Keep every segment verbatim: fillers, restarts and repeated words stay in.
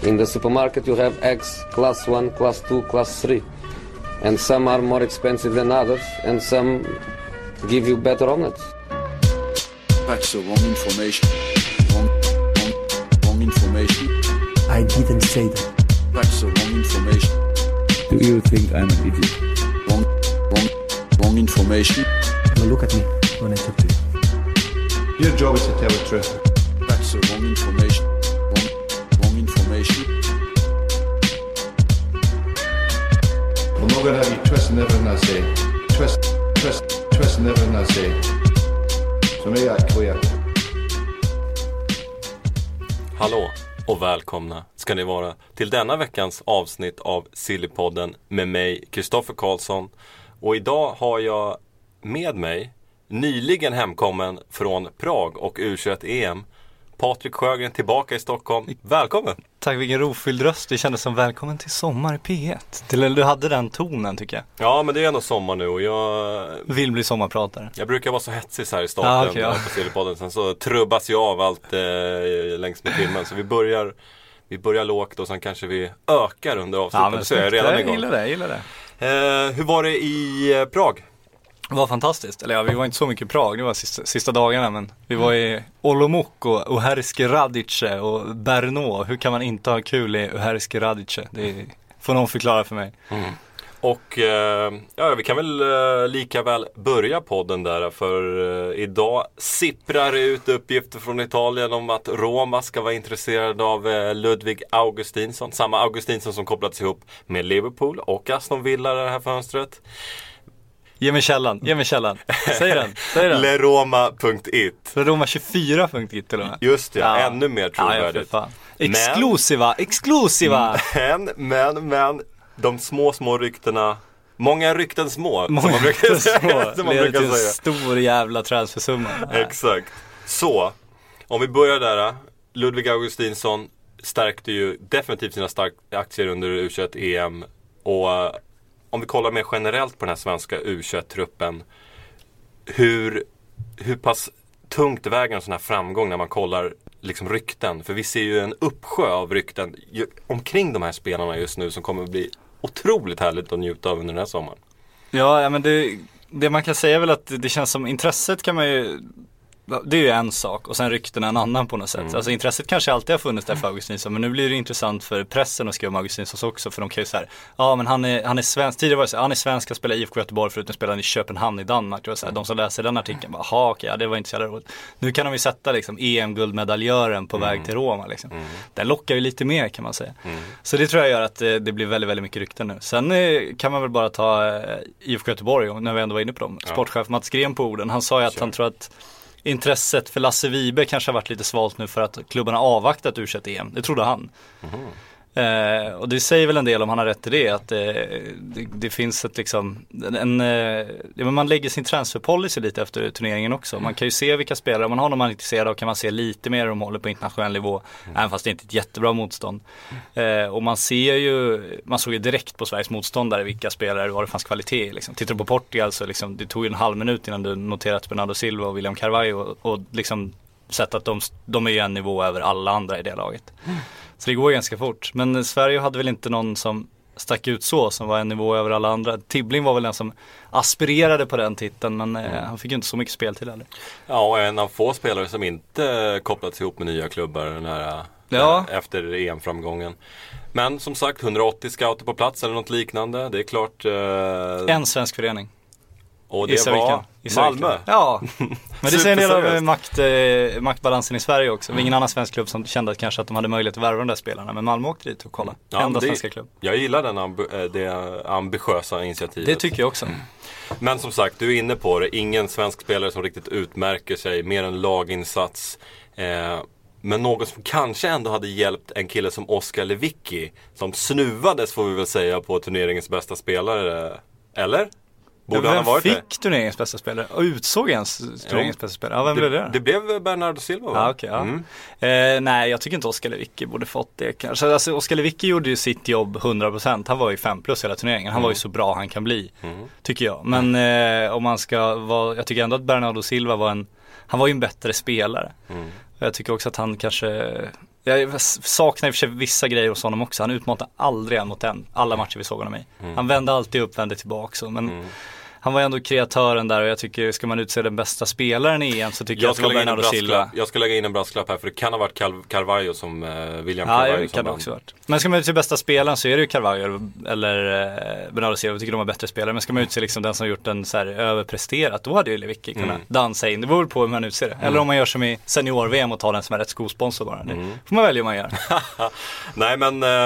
In the supermarket you have eggs class one, class two, class three. And some are more expensive than others, and some give you better omelets. That's the wrong information. Wrong, wrong, wrong information. I didn't say that. That's the wrong information. Do you think I'm an idiot? Wrong, wrong, wrong information. Now look at me when I talk to you. Your job is to tell the truth. That's the wrong information. Wrong, wrong information. I'm not going to have you twisting everything I say. Twist, twist, twisting everything I say. So make that clear. Hallå och välkomna ska ni vara till denna veckans avsnitt av Sillypodden med mig, Kristoffer Karlsson. Och idag har jag med mig, nyligen hemkommen från Prag och U tjugoett E M, Patrik Sjögren tillbaka i Stockholm. Välkommen! Tack, vilken rofylld röst. Det kändes som välkommen till sommar i P ett. Till, du hade den tonen tycker jag. Ja, men det är ändå sommar nu och jag vill bli sommarpratare. Jag brukar vara så hetsig så här i starten ah, okay, ja. på Sillypodden. Sen så trubbas jag av allt eh, längs med timmen. Så vi börjar, vi börjar lågt och sen kanske vi ökar under avsnittet. Ja, men så är jag redan jag igång. Gillar det, jag gillar det. Eh, hur var det i eh, Prag? Det var fantastiskt. Eller ja, vi var inte så mycket i Prag, det var sista, sista dagarna. Men vi var i Olomouc och Uherské Radice och Brno. Hur kan man inte ha kul i Uherské Radice? Det får någon förklara för mig. Mm. Och eh, ja, vi kan väl eh, lika väl börja podden där. För eh, idag sipprar ut uppgifter från Italien om att Roma ska vara intresserad av eh, Ludvig Augustinsson. Samma Augustinsson som kopplats ihop med Liverpool och Aston Villa det här fönstret. Ge mig källan, ge mig källan. Säg den, säg den. leroma punkt it. leroma tjugofyra punkt it eller vad? Just det, ja. Ja. Ännu mer trovärdigt. Ja, exklusiva, exklusiva. Men, men, men, de små, små ryktena. Många rykten små. Många som man brukar, rykten små. som man leder brukar till en säga. stor jävla transfersumma. Exakt. Så, om vi börjar där. Ludvig Augustinsson stärkte ju definitivt sina starka aktier under U tjugoett E M. Och om vi kollar mer generellt på den här svenska U tjugoett-truppen, hur, hur pass tungt väger en sån här framgång när man kollar liksom rykten? För vi ser ju en uppsjö av rykten ju, omkring de här spelarna just nu som kommer att bli otroligt härligt att njuta av under den här sommaren. Ja, men det, det man kan säga är väl att det känns som intresset kan man ju... Det är ju en sak och sen rykten en annan på något sätt. Mm. Alltså intresset kanske alltid har funnits där för Augustinsson, men nu blir det intressant för pressen att skriva om Augustinsson också, för de kan ju säga ja men han är, han är svensk, tidigare var det så här, han är svensk, ska spela I F K Göteborg förutom spela i Köpenhamn i Danmark. Det var så här, de som läser den artikeln bara, jaha okej, ja, det var inte så jävla roligt. Nu kan de ju sätta liksom E M-guldmedaljören på mm. väg till Roma liksom. Mm. Den lockar ju lite mer kan man säga. Mm. Så det tror jag gör att det, det blir väldigt, väldigt mycket rykten nu. Sen eh, kan man väl bara ta eh, I F K Göteborg, och när vi ändå var inne på dem. Ja. Sportchef Mats Gren på orden, han sa ju att sure. han tror att intresset för Lasse Vibe kanske har varit lite svalt nu för att klubbarna avvaktat U tjugoett E M. Det trodde han. Mm. Eh, och det säger väl en del, om han har rätt till det, att eh, det, det finns ett liksom en, eh, man lägger sin transferpolicy lite efter turneringen också. Man kan ju se vilka spelare, om man har någon man är intresserad av kan man se lite mer om de håller på internationell nivå, mm. även fast det inte är ett jättebra motstånd. Eh, och man ser ju, man såg ju direkt på Sveriges motståndare vilka spelare var det fanns kvalitet liksom. Tittar du på Portugal så liksom, det tog ju en halv minut innan du noterat Bernardo Silva och William Carvalho och, och liksom sett att de, de är ju en nivå över alla andra i det laget. Mm. Så det går ganska fort. Men Sverige hade väl inte någon som stack ut så, som var en nivå över alla andra. Tibbling var väl den som aspirerade på den titeln, men mm. eh, han fick ju inte så mycket spel till heller. Ja, och en av få spelare som inte kopplats ihop med nya klubbar den här, ja. här, efter E M-framgången. Men som sagt, hundraåttio scouter på plats eller något liknande. Det är klart... Eh... En svensk förening. Och det var Malmö. Ja, men det säger en del av makt, eh, maktbalansen i Sverige också. Det var ingen annan svensk klubb som kände att kanske att de hade möjlighet att värva de där spelarna. Men Malmö åkte dit och kolla. Ja, enda det, svenska klubb. Jag gillar den amb- det ambitiösa initiativet. Det tycker jag också. Mm. Men som sagt, du är inne på det. Ingen svensk spelare som riktigt utmärker sig. Mer en laginsats. Eh, men något som kanske ändå hade hjälpt en kille som Oskar Lewicki, som snuvades får vi väl säga på turneringens bästa spelare. Eller? Borde vem han varit fick det? Turneringens bästa spelare? Och utsåg ens turneringens bästa spelare? Ja, vem det, blev det? Det blev Bernardo Silva, va? Ja, okay, ja. Mm. Eh, nej, jag tycker inte Oskar Lewicki borde fått det kanske. Alltså, Oskar Lewicki gjorde ju sitt jobb hundra procent. Han var ju fem plus hela turneringen. Han mm. var ju så bra han kan bli, mm. tycker jag. Men mm. eh, om man ska vara, jag tycker ändå att Bernardo Silva var en, han var ju en bättre spelare. Mm. Och jag tycker också att han kanske, jag saknar i och för sig vissa grejer hos honom också. Han utmanar aldrig en mot en, alla matcher vi såg honom i. Mm. Han vände alltid upp, vände tillbaka så, men mm. han var ändå kreatören där och jag tycker, ska man utse den bästa spelaren i E M så tycker jag, jag att det var Bernardo Silva. Jag ska lägga in en brasklapp här för det kan ha varit Cal- Carvalho som eh, William ja, Carvalho. Ja, kan det också varit. Men ska man utse bästa spelaren så är det ju Carvalho eller eh, Bernardo Silva. Jag tycker de var bättre spelare. Men ska man utse liksom den som gjort en så här överpresterat, då hade ju Lewicki kunnat mm. dansa in. Det beror på hur man utser det. Mm. Eller om man gör som i senior-V M och tar den som är rätt skosponsor bara. Det mm. får man välja hur man gör. Nej men eh,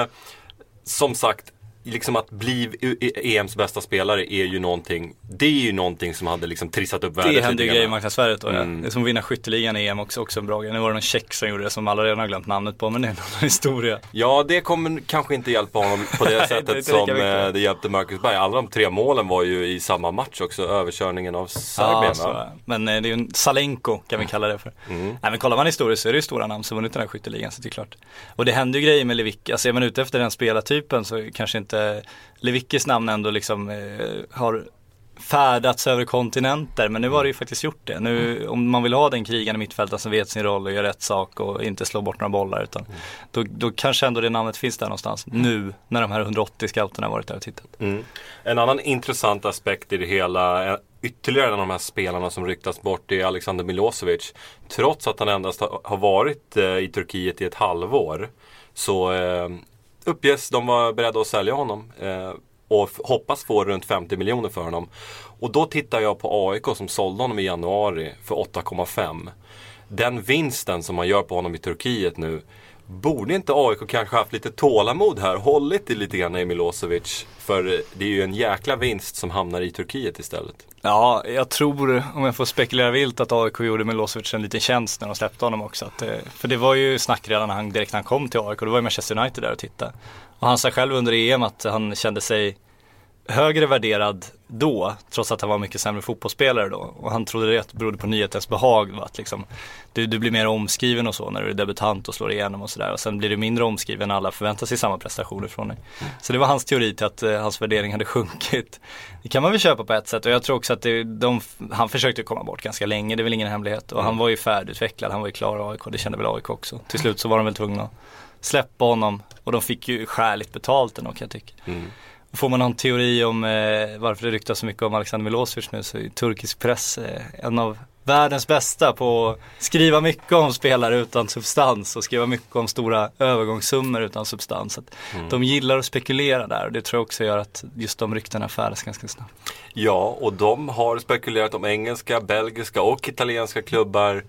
som sagt, liksom att bli E M:s bästa spelare är ju någonting, det är ju någonting som hade liksom trissat upp världen. Det hände ju grejer i marknadsvärdet då, mm. ja. Det är som att vinna skytteligan i E M också, också en bra grej. Nu var det någon tjeck som gjorde det som alla redan har glömt namnet på, men det är en annan historia. Ja, det kommer kanske inte hjälpa honom på det Nej, sättet det som det, det hjälpte Marcus Berg. Alla de tre målen var ju i samma match också, överkörningen av Serbien. Ja, va? Men eh, det är ju en Salenko kan vi kalla det för. Mm. Nej, men kollar man historiskt så är det ju stora namn som vunnit den här skytteligan, så det är klart. Och det hände ju grejer med Lewicki, alltså är man ute efter den spelartypen så kanske inte Lewickis namn ändå liksom eh, har färdats över kontinenter, men nu har det ju faktiskt gjort det. Nu, mm. om man vill ha den krigande mittfältaren som vet sin roll och gör rätt sak och inte slår bort några bollar, utan mm. då, då kanske ändå det namnet finns där någonstans mm. nu när de här hundraåttio scouterna har varit där och tittat. Mm. En annan intressant aspekt i det hela, ytterligare en av de här spelarna som ryktas bort, är Alexander Milosevic. Trots att han endast har varit eh, i Turkiet i ett halvår, så eh, uppges de var beredda att sälja honom eh, och f- hoppas få runt femtio miljoner för honom. Och då tittar jag på A I K som sålde honom i januari för åtta komma fem. Den vinsten som man gör på honom i Turkiet nu, borde inte A I K kanske haft lite tålamod här, hållit det lite grann i Milosevic, för det är ju en jäkla vinst som hamnar i Turkiet istället. Ja, jag tror, om jag får spekulera vilt, att A I K gjorde Milosevic en liten tjänst när de släppte honom också. Att, för det var ju snack redan när han, direkt när han kom till A I K, då var ju Manchester United där och tittade. Och han sa själv under E M att han kände sig högre värderad då, trots att han var mycket sämre fotbollsspelare då. Och han trodde det berodde på nyhetens behag, att liksom, du, du blir mer omskriven och så när du är debutant och slår igenom och sådär. Och sen blir du mindre omskriven när alla förväntar sig samma prestationer från dig. Mm. Så det var hans teori till att uh, hans värdering hade sjunkit. Det kan man väl köpa på ett sätt, och jag tror också att det, de, han försökte komma bort ganska länge, det är väl ingen hemlighet. Och mm. han var ju färdigutvecklad, han var ju klar i A I K, det kände väl A I K också. Till slut så var de väl tvungna att släppa honom, och de fick ju skäligt betalt ändå, kan jag tycka. Mm. Får man någon teori om eh, varför det ryktas så mycket om Alexander Milosevic nu, så är turkisk press eh, en av världens bästa på att skriva mycket om spelare utan substans och skriva mycket om stora övergångssummor utan substans. Att mm. de gillar att spekulera där, och det tror jag också gör att just de ryktena färdas ganska snabbt. Ja, och de har spekulerat om engelska, belgiska och italienska klubbar,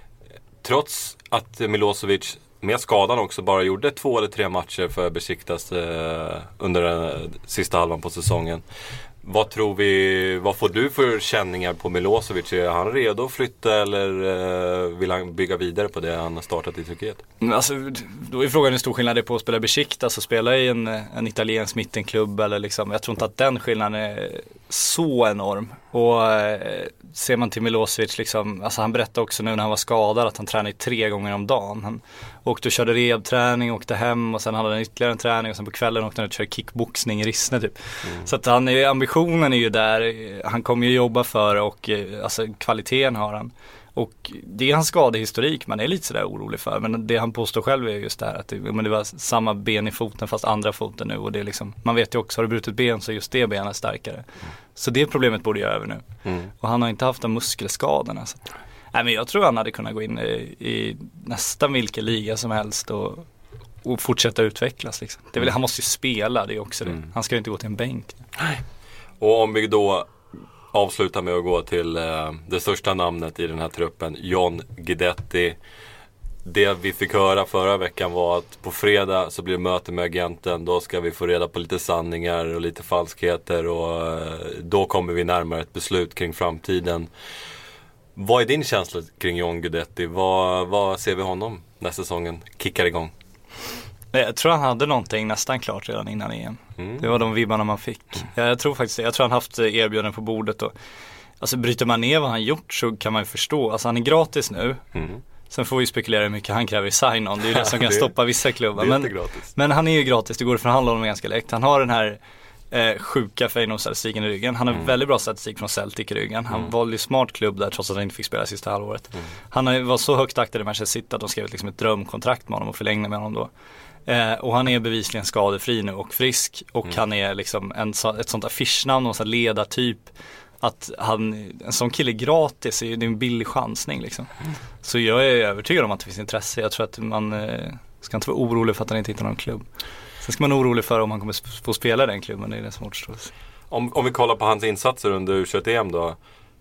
trots att Milosevic med skadan också bara gjorde två eller tre matcher för Besiktas eh, under den sista halvan på säsongen. Vad tror vi, vad får du för känningar på Milosevic? Är han redo att flytta, eller eh, vill han bygga vidare på det han har startat i Turkiet? Alltså, då är frågan hur stor skillnad det är på att spela Besiktas och spela i en, en italiensk mittenklubb, eller liksom, jag tror inte att den skillnaden är så enorm. Och eh, ser man till Milosevic liksom, alltså han berättade också nu när han var skadad att han tränade tre gånger om dagen. Han åkte och körde rehab-träning, åkte hem och sen hade han ytterligare en träning, och sen på kvällen åkte han ut och körde kickboxning i Rissne typ. Mm. Så att han är, ambitionen är ju där, han kommer ju jobba för, och alltså kvaliteten har han. Och det är hans skadehistorik man är lite sådär orolig för, men det han påstår själv är just det här att det, men det var samma ben i foten fast andra foten nu, och det är liksom, man vet ju också, har du brutit ben så just det benet är starkare. Mm. Så det problemet borde jag över nu. Mm. Och han har inte haft de muskelskadorna. Så. Nej, men jag tror han hade kunnat gå in i, i nästan vilken liga som helst och, och fortsätta utvecklas liksom. Det är väl, han måste ju spela, det är också det. Mm. Han ska ju inte gå till en bänk. Nej. Och om vi då avslutar med att gå till eh, det största namnet i den här truppen, John Guidetti. Det vi fick höra förra veckan var att på fredag så blir det möte med agenten. Då ska vi få reda på lite sanningar och lite falskheter, och eh, då kommer vi närmare ett beslut kring framtiden. Vad är din känsla kring John Guidetti? Vad, vad ser vi honom när säsongen kickar igång? Jag tror han hade någonting nästan klart redan innan E M. Mm. Det var de vibbarna man fick. Jag, jag tror faktiskt det. Jag tror han haft erbjudanden på bordet. Och, alltså bryter man ner vad han gjort så kan man ju förstå. Alltså han är gratis nu. Mm. Sen får vi spekulera hur mycket han kräver i sign-on. Det är ju det som kan det, stoppa vissa klubbar. Men, men han är ju gratis. Det går att förhandla honom ganska lätt. Han har den här eh, sjuka Feyenoord-statistiken i ryggen. Han har mm. väldigt bra statistik från Celtic i ryggen. Han mm. valde ju smart klubb där trots att han inte fick spela sista halvåret. Mm. Han var så högt aktad i Manchester City att de skrev liksom ett drömkontrakt med honom och förlängde med honom då. Eh, och han är bevisligen skadefri nu och frisk. Och mm. han är liksom en, ett sånt affischnamn och en ledartyp. Att han, en sån kille gratis är, det är en billig chansning liksom. Mm. Så jag är övertygad om att det finns intresse. Jag tror att man eh, ska inte vara orolig för att han inte hittar någon klubb. Sen ska man vara orolig för om han kommer få spela i den klubben. Det är det som återstår. Om, om vi kollar på hans insatser under U tjugoett E M då.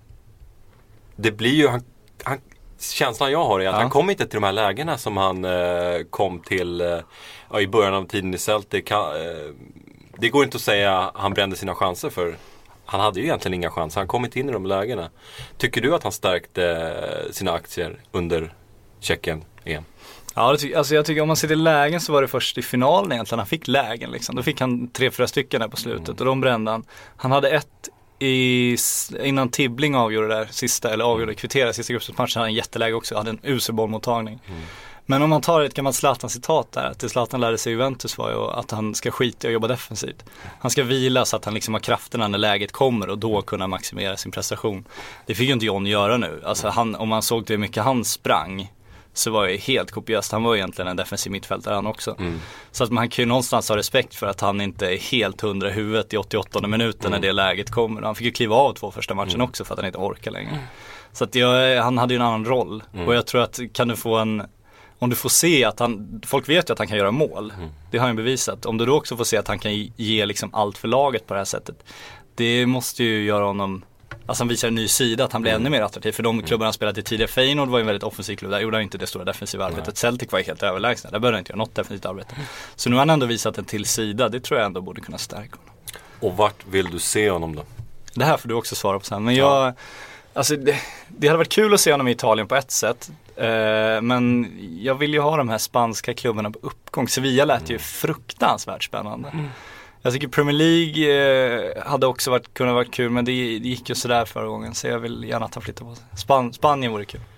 Det blir ju han, han, känslan jag har är att ja. han kom inte till de här lägena som han eh, kom till eh, ja, i början av tiden i Celtic. Det, eh, det går inte att säga att han brände sina chanser, för han hade ju egentligen inga chanser. Han kom inte in i de lägena. Tycker du att han stärkte sina aktier under Tjeckien-E M? Ja, det ty- alltså jag tycker om man ser till lägen så var det först i finalen egentligen han fick lägen liksom. Då fick han tre, fyra stycken där på slutet mm. och de brände han. Han hade ett i, innan Tibbling avgjorde där sista, eller avgjorde kvittera sista gruppsmatchen, hade en jätteläge också, hade en usel bollmottagning. Mm. Men om man tar ett gammalt Zlatan-citat där, att Zlatan lärde sig i Juventus var ju att han ska skita och jobba defensivt. Han ska vila så att han liksom har krafterna när läget kommer och då kunna maximera sin prestation. Det fick ju inte John göra nu. Alltså han, om man såg det hur mycket han sprang så var det helt kopiöst. Han var egentligen en defensiv mittfältare han också. Mm. Så att man kan ju någonstans ha respekt för att han inte är helt hundra i huvudet i åttioåttonde minuten mm. när det läget kommer. Han fick ju kliva av två första matchen mm. också för att han inte orkar längre. Mm. Så att jag, han hade ju en annan roll. Mm. Och jag tror att kan du få en... Om du får se att han, folk vet ju att han kan göra mål. Mm. Det har han bevisat. Om du då också får se att han kan ge liksom allt för laget på det här sättet. Det måste ju göra honom, alltså han visar en ny sida, att han blir mm. ännu mer attraktiv. För de klubbarna han spelat i tidigare, Feyenoord var ju en väldigt offensiv klubb. Där gjorde han inte det stora defensiva arbetet. Nej. Celtic var ju helt överlägsna. Där behövde han inte göra något defensivt arbete. Mm. Så nu har han ändå visat en till sida. Det tror jag ändå borde kunna stärka honom. Och vart vill du se honom då? Det här får du också svara på sen. Men jag... Ja. Alltså det, det hade varit kul att se honom i Italien på ett sätt. Eh, men jag vill ju ha de här spanska klubbarna på uppgång. Sevilla lät mm. ju fruktansvärt spännande. Mm. Jag tycker Premier League eh, hade också varit, kunnat varit kul, men det, det gick ju sådär förra gången. Så jag vill gärna ta flytta på sig. Span- Spanien vore kul.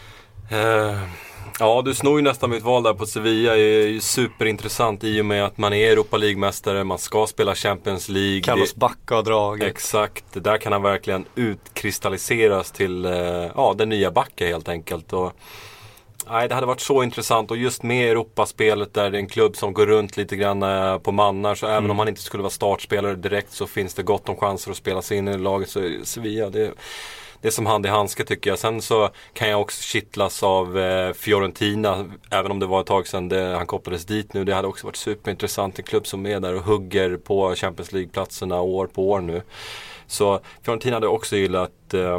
Uh, ja, du snor ju nästan mitt val där på Sevilla. Det är ju superintressant i och med att man är Europa League-mästare. Man ska spela Champions League. Carlos Bacca har dragit. Exakt, det där kan han verkligen utkristalliseras till uh, ja, den nya Bacca helt enkelt. Och, nej, det hade varit så intressant. Och just med Europaspelet där det är en klubb som går runt lite grann uh, på mannar. Så mm. även om han inte skulle vara startspelare direkt så finns det gott om chanser att spela sig in i laget. Så Sevilla, det Det är som hand i handske tycker jag. Sen så kan jag också kittlas av eh, Fiorentina. Även om det var ett tag sedan det, han kopplades dit nu. Det hade också varit superintressant. En klubb som är där och hugger på Champions League-platserna år på år nu. Så Fiorentina hade också gillat. Eh,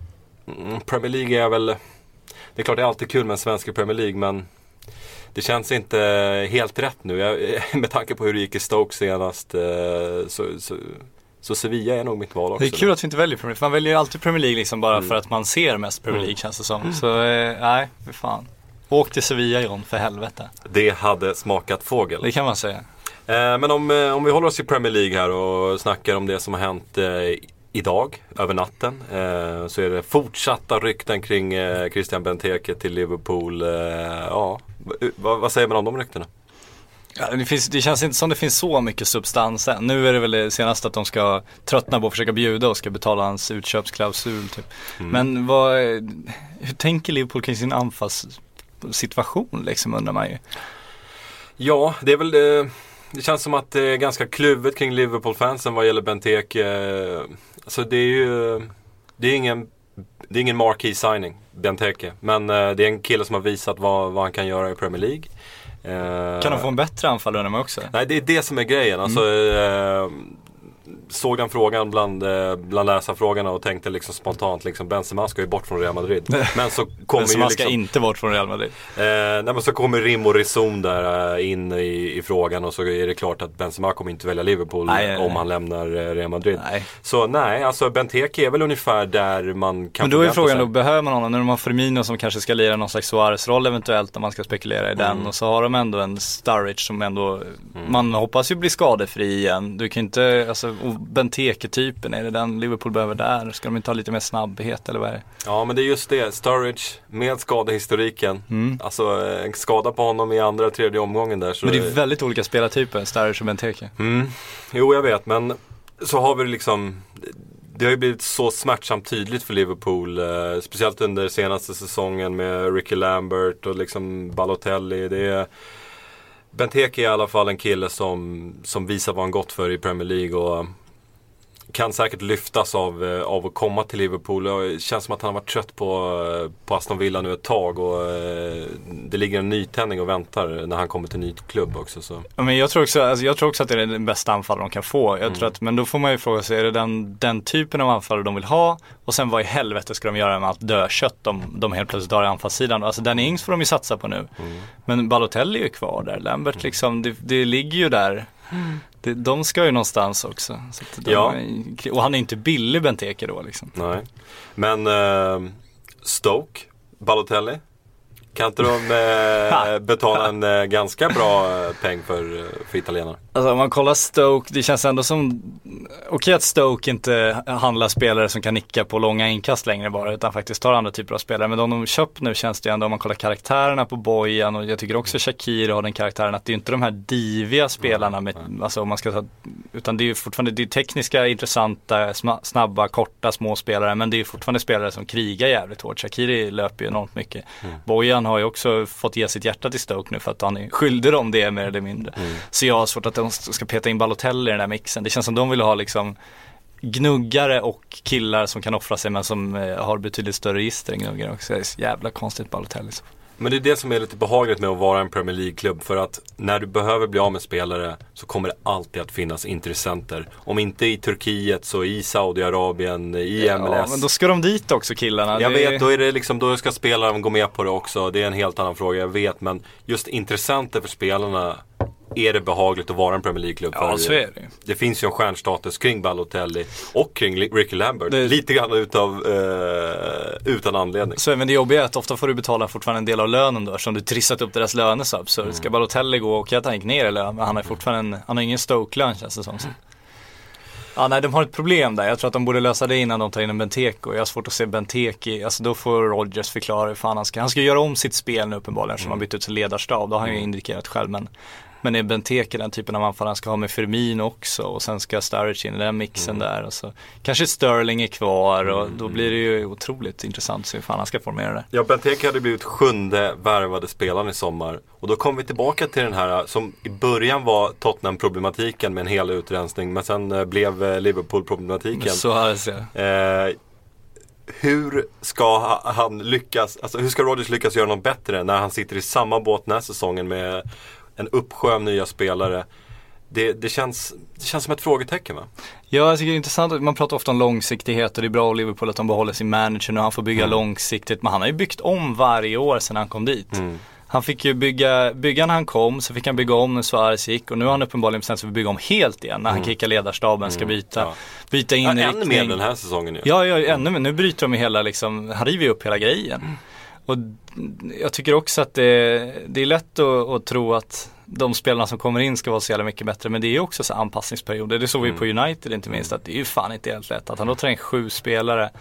Premier League är väl... Det är klart det är alltid kul med en svensk i Premier League. Men det känns inte helt rätt nu. Jag, med tanke på hur det gick i Stoke senast eh, så... så Så Sevilla är nog mitt val också. Det är kul att vi inte väljer Premier League. Man väljer ju alltid Premier League liksom bara mm. för att man ser mest Premier League mm. känns det som. Så eh, nej, för fan. Åk till Sevilla, John, för helvete. Det hade smakat fågel. Det kan man säga. Eh, men om, eh, om vi håller oss i Premier League här och snackar om det som har hänt eh, idag, över natten. Eh, så är det fortsatta rykten kring eh, Christian Benteke till Liverpool. Eh, ja, v- vad säger man om de ryktena? Ja, det, finns, det känns inte som det finns så mycket substans än. Nu är det väl det senaste att de ska tröttna på att försöka bjuda och ska betala hans utköpsklausul typ. Mm. Men vad, hur tänker Liverpool kring sin anfallssituation liksom, undrar man ju. Ja, det är väl det, det känns som att det är ganska kluvet kring Liverpool-fansen vad gäller Benteke. Alltså det är ju det är ingen det är ingen marquee signing, Benteke, men det är en kille som har visat vad, vad han kan göra i Premier League. Kan de få en bättre anfall under mig också? Nej, det är det som är grejen. Alltså, mm. eh, såg den frågan bland, eh, bland läsarfrågorna och tänkte liksom spontant liksom, Benzema ska ju bort från Real Madrid. Men så kommer Benzema ju liksom, ska inte bort från Real Madrid. Eh, nej, men så kommer rim och reson där eh, in i, i frågan och så är det klart att Benzema kommer inte välja Liverpool nej, nej, nej. om han lämnar eh, Real Madrid. Nej. Så nej, alltså Benteke är väl ungefär där man kan. Men då är frågan då, behöver man honom när de har Firmino som kanske ska lira någon slags Suarez-roll eventuellt om man ska spekulera i den mm. och så har de ändå en Sturridge som ändå mm. man hoppas ju blir skadefri igen. Du kan inte, alltså, Benteke-typen, är det den Liverpool behöver där? Ska de inte ha lite mer snabbhet eller vad är det? Ja, men det är just det, Sturridge med skadehistoriken. Mm. Alltså en skada på honom i andra, tredje omgången där. Så men det är väldigt olika spelartyper, Sturridge och Benteke. Mm. Jo, jag vet, men så har vi liksom... Det har ju blivit så smärtsamt tydligt för Liverpool, eh, speciellt under senaste säsongen med Ricky Lambert och liksom Balotelli. Det är, Benteke är i alla fall en kille som, som visar vad han gått för i Premier League och kan säkert lyftas av, eh, av att komma till Liverpool. Det känns som att han har varit trött på, på Aston Villa nu ett tag och eh, det ligger en nytändning och väntar när han kommer till en ny klubb också. Så. Ja, men jag, tror också, alltså, jag tror också att det är den bästa anfall de kan få. Jag Mm. tror att, men då får man ju fråga sig, är det den, den typen av anfall de vill ha? Och sen vad i helvete ska de göra med allt dödkött de, de helt plötsligt har i anfallssidan? Alltså Danny Ings får de ju satsa på nu. Mm. Men Balotelli är ju kvar där. Lambert mm. liksom, det, det ligger ju där. Mm. Det, de ska ju någonstans också. Så att de, ja. Och han är inte billig, Benteke då liksom. Nej. Men uh, Stoke, Balotelli, kan inte de uh, betala en uh, ganska bra uh, peng för, uh, för italienarna? Alltså om man kollar Stoke, det känns ändå som okej att Stoke inte handlar spelare som kan nicka på långa inkast längre bara, utan faktiskt tar andra typer av spelare. Men de de köpt nu känns det ändå, om man kollar karaktärerna på Bojan, och jag tycker också Shaqiri har den karaktären att det är inte de här diviga spelarna med, alltså om man ska ta, utan det är ju fortfarande det är tekniska, intressanta, snabba, korta, små spelare, men det är fortfarande spelare som krigar jävligt hårt. Shaqiri löper ju enormt mycket. Mm. Bojan har ju också fått ge sitt hjärta till Stoke nu för att han är skyldig dem det mer eller mindre. Mm. Så jag har svårt att de ska peta in Balotelli i den där mixen. Det känns som de vill ha liksom gnuggare och killar som kan offra sig men som eh, har betydligt större register än gnuggare också. Det är så jävla konstigt Balotelli. Men det är det som är lite behagligt med att vara en Premier League-klubb, för att när du behöver bli av med spelare så kommer det alltid att finnas intressenter. Om inte i Turkiet så i Saudiarabien, i ja, M L S. Ja, men då ska de dit också, killarna. Jag det... vet, då är det liksom, då ska spelaren gå med på det också. Det är en helt annan fråga, jag vet. Men just intressenter för spelarna är det behagligt att vara en Premier League-klubb. Ja, så är det. Det finns ju en stjärnstatus kring Balotelli och kring Ricky Lambert. Det... Lite grann utav, eh, utan anledning. Så, men det jobbiga är att ofta får du betala fortfarande en del av lönen då, som du trissat upp deras löner så absurd. Mm. Ska Balotelli gå och att han gick ner i lön, men han har fortfarande en, han har ingen Stoke-lön känns det som. Mm. Ja, nej, de har ett problem där. Jag tror att de borde lösa det innan de tar in en Benteke. Och jag har svårt att se Benteke. Alltså då får Rodgers förklara hur fan han ska. Han ska göra om sitt spel nu uppenbarligen, som mm. han bytt ut sin ledarstab. Då har han ju indikerat själv, men Men är Benteke den typen av anfall han ska ha med Firmino också, och sen ska Sturridge in i den mixen mm. där, och så kanske Sterling är kvar, och mm. då blir det ju otroligt intressant att se hur fan han ska formera det. Ja, Benteke hade blivit sjunde värvade spelaren i sommar, och då kom vi tillbaka till den här som i början var Tottenham-problematiken med en hel utrensning, men sen blev Liverpool-problematiken. Så här ser jag. Eh, hur ska han lyckas, alltså hur ska Rodgers lyckas göra något bättre när han sitter i samma båt den här säsongen med en uppsjö av nya spelare? Det, det, känns, det känns som ett frågetecken, va? Ja, jag tycker det är intressant. Man pratar ofta om långsiktighet, och det är bra av Liverpool att de behåller sin manager och han får bygga mm. långsiktigt. Men han har ju byggt om varje år sedan han kom dit. Mm. Han fick ju bygga, bygga när han kom, så fick han bygga om när Suarez gick, och nu har han uppenbarligen bestämt sig för att bygga om helt igen när han mm. kickar ledarstaben, ska byta, ja. byta inriktning. Ja, ännu mer den här säsongen ju. Ja, ja, ännu mer. Nu bryter de ju hela, liksom, han river ju upp hela grejen. Mm. Och jag tycker också att det, det är lätt att, att tro att de spelarna som kommer in ska vara så jävla mycket bättre, men det är ju också så anpassningsperioder. Det såg vi mm. på United inte minst, att det är ju fan inte helt lätt att han då tar in sju spelare,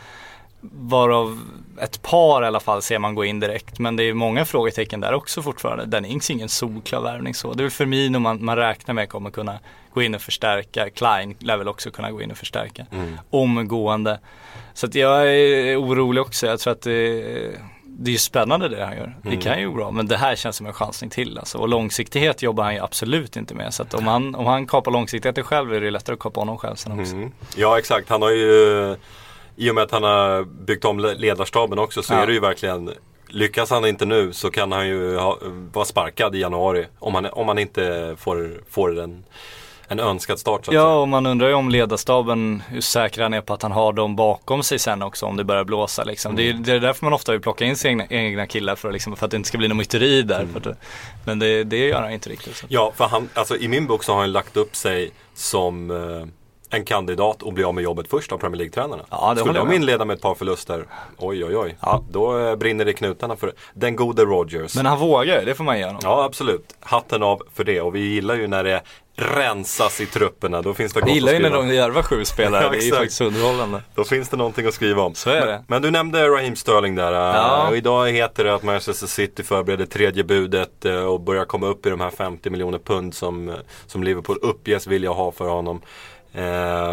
varav ett par i alla fall ser man gå in direkt, men det är många frågetecken där också fortfarande. Den är ingen solklar värvning så. Det är väl Firmino man, man räknar med kommer kunna gå in och förstärka. Klein lär väl också kunna gå in och förstärka mm. omgående. Så att jag är orolig också. Jag tror att det, det är ju spännande det han gör. Det mm. kan ju gå bra, men det här känns som en chansning till alltså. Och långsiktighet jobbar han ju absolut inte med. Så att om han, om han kapar långsiktigheten själv, är det lättare att kapa honom själv sen också. Mm. Ja, exakt. Han har ju, i och med att han har byggt om ledarstaben också, så ja. är det ju verkligen, lyckas han inte nu så kan han ju ha, vara sparkad i januari om han, om han inte får, får en, en önskad start. Så att ja, säga. Och man undrar ju om ledarstaben, hur säker han är på att han har dem bakom sig sen också om det börjar blåsa. Liksom. Mm. Det, är, det är därför man ofta vill plocka in sina egna, egna killar för, liksom, för att det inte ska bli någon myteri där. Mm. För att, men det, det gör han inte riktigt. Så. Ja, för han, alltså, i min bok så har han lagt upp sig som eh, en kandidat och bli av med jobbet först av Premier League-tränarna. Ja, det skulle de inleda med ett par förluster, oj oj oj, ja. då eh, brinner det knutarna för den gode Rodgers. Men han vågar, det får man ge honom. Ja, absolut. Hatten av för det, och vi gillar ju när det rensas i trupperna. Då finns det gott Jag gillar att ju när skriva. de järvar sju spelare, Ja, det är ju exakt. faktiskt underhållande. Då finns det någonting att skriva om. Så är men, det. men du nämnde Raheem Sterling där. Ja. Och idag heter det att Manchester City förbereder tredje budet eh, och börjar komma upp i de här femtio miljoner pund som, som Liverpool uppges vilja ha för honom. Eh,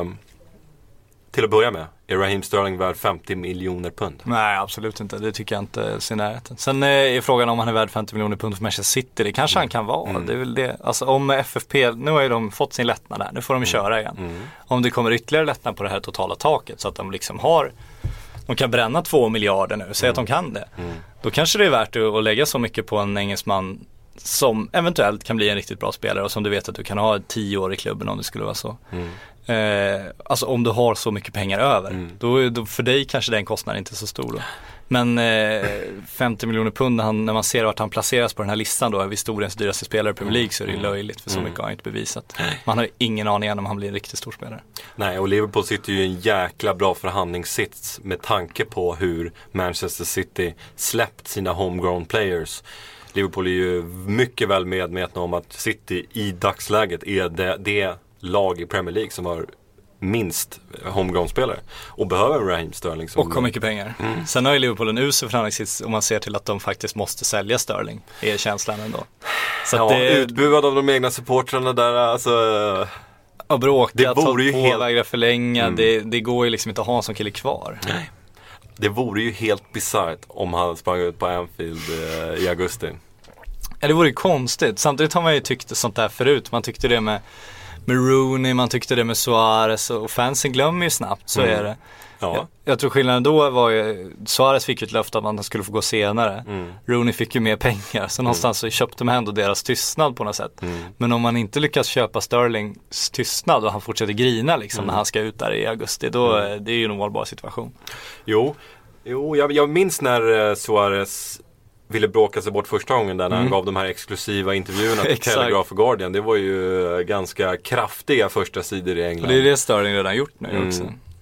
till att börja med, är Raheem Sterling värd femtio miljoner pund? Nej, absolut inte. Det tycker jag inte ser närheten. Sen är frågan om han är värd femtio miljoner pund för Manchester City. Det kanske mm. han kan vara. Mm. Det är väl det. Alltså om F F P, nu har ju de fått sin lättnad där. Nu får de mm. köra igen. Mm. Om det kommer ytterligare lättnad på det här totala taket så att de liksom har, de kan bränna två miljarder nu. Säg mm. att de kan det. Mm. Då kanske det är värt att lägga så mycket på en engelsman som eventuellt kan bli en riktigt bra spelare och som du vet att du kan ha tio år i klubben om det skulle vara så. Mm. Eh, alltså om du har så mycket pengar över mm. då, då för dig kanske den kostnaden inte är så stor då. Men eh, femtio miljoner pund han, när man ser vart han placeras på den här listan då, över historiens dyraste spelare i Premier League, så är det ju löjligt, för så mycket har han inte bevisat. Man har ingen aning om han blir en riktigt stor spelare. Nej, och Liverpool sitter ju i en jäkla bra förhandlingssits med tanke på hur Manchester City släppt sina homegrown players. Liverpool är ju mycket väl medvetna om att City i dagsläget är det, det lag i Premier League som har minst homegrown-spelare och behöver Raheem Sterling som och har mycket pengar. Mm. Sen har ju Liverpool en usel förhandlingssits om man ser till att de faktiskt måste sälja Sterling, är känslan ändå. Så ja, att det utbuad av de egna supportrarna där, alltså och bråka, det vore ju på, helt vägra förlänga, mm. det, det går ju liksom inte att ha en som kille kvar. Nej. Det vore ju helt bisarrt om han sprang ut på Anfield eh, i augusti. Ja, det vore ju konstigt. Samtidigt har man ju tyckt sånt där förut. Man tyckte det med med Rooney, man tyckte det med Suarez, och fansen glömmer ju snabbt, så mm. är det. Ja. Jag, jag tror skillnaden då var ju, Suarez fick ju ett löfte att han skulle få gå senare. Mm. Rooney fick ju mer pengar, så någonstans mm. så köpte man ändå deras tystnad på något sätt. Mm. Men om man inte lyckas köpa Sterlings tystnad och han fortsätter grina liksom mm. när han ska ut där i augusti, då mm. det är ju en ohållbar situation. Jo, jo jag, jag minns när uh, Suarez ville bråka sig bort första gången där när mm. han gav de här exklusiva intervjuerna till Telegraph och Guardian. Det var ju ganska kraftiga första sidor i England. Och det är det Sterling redan gjort nu mm. också.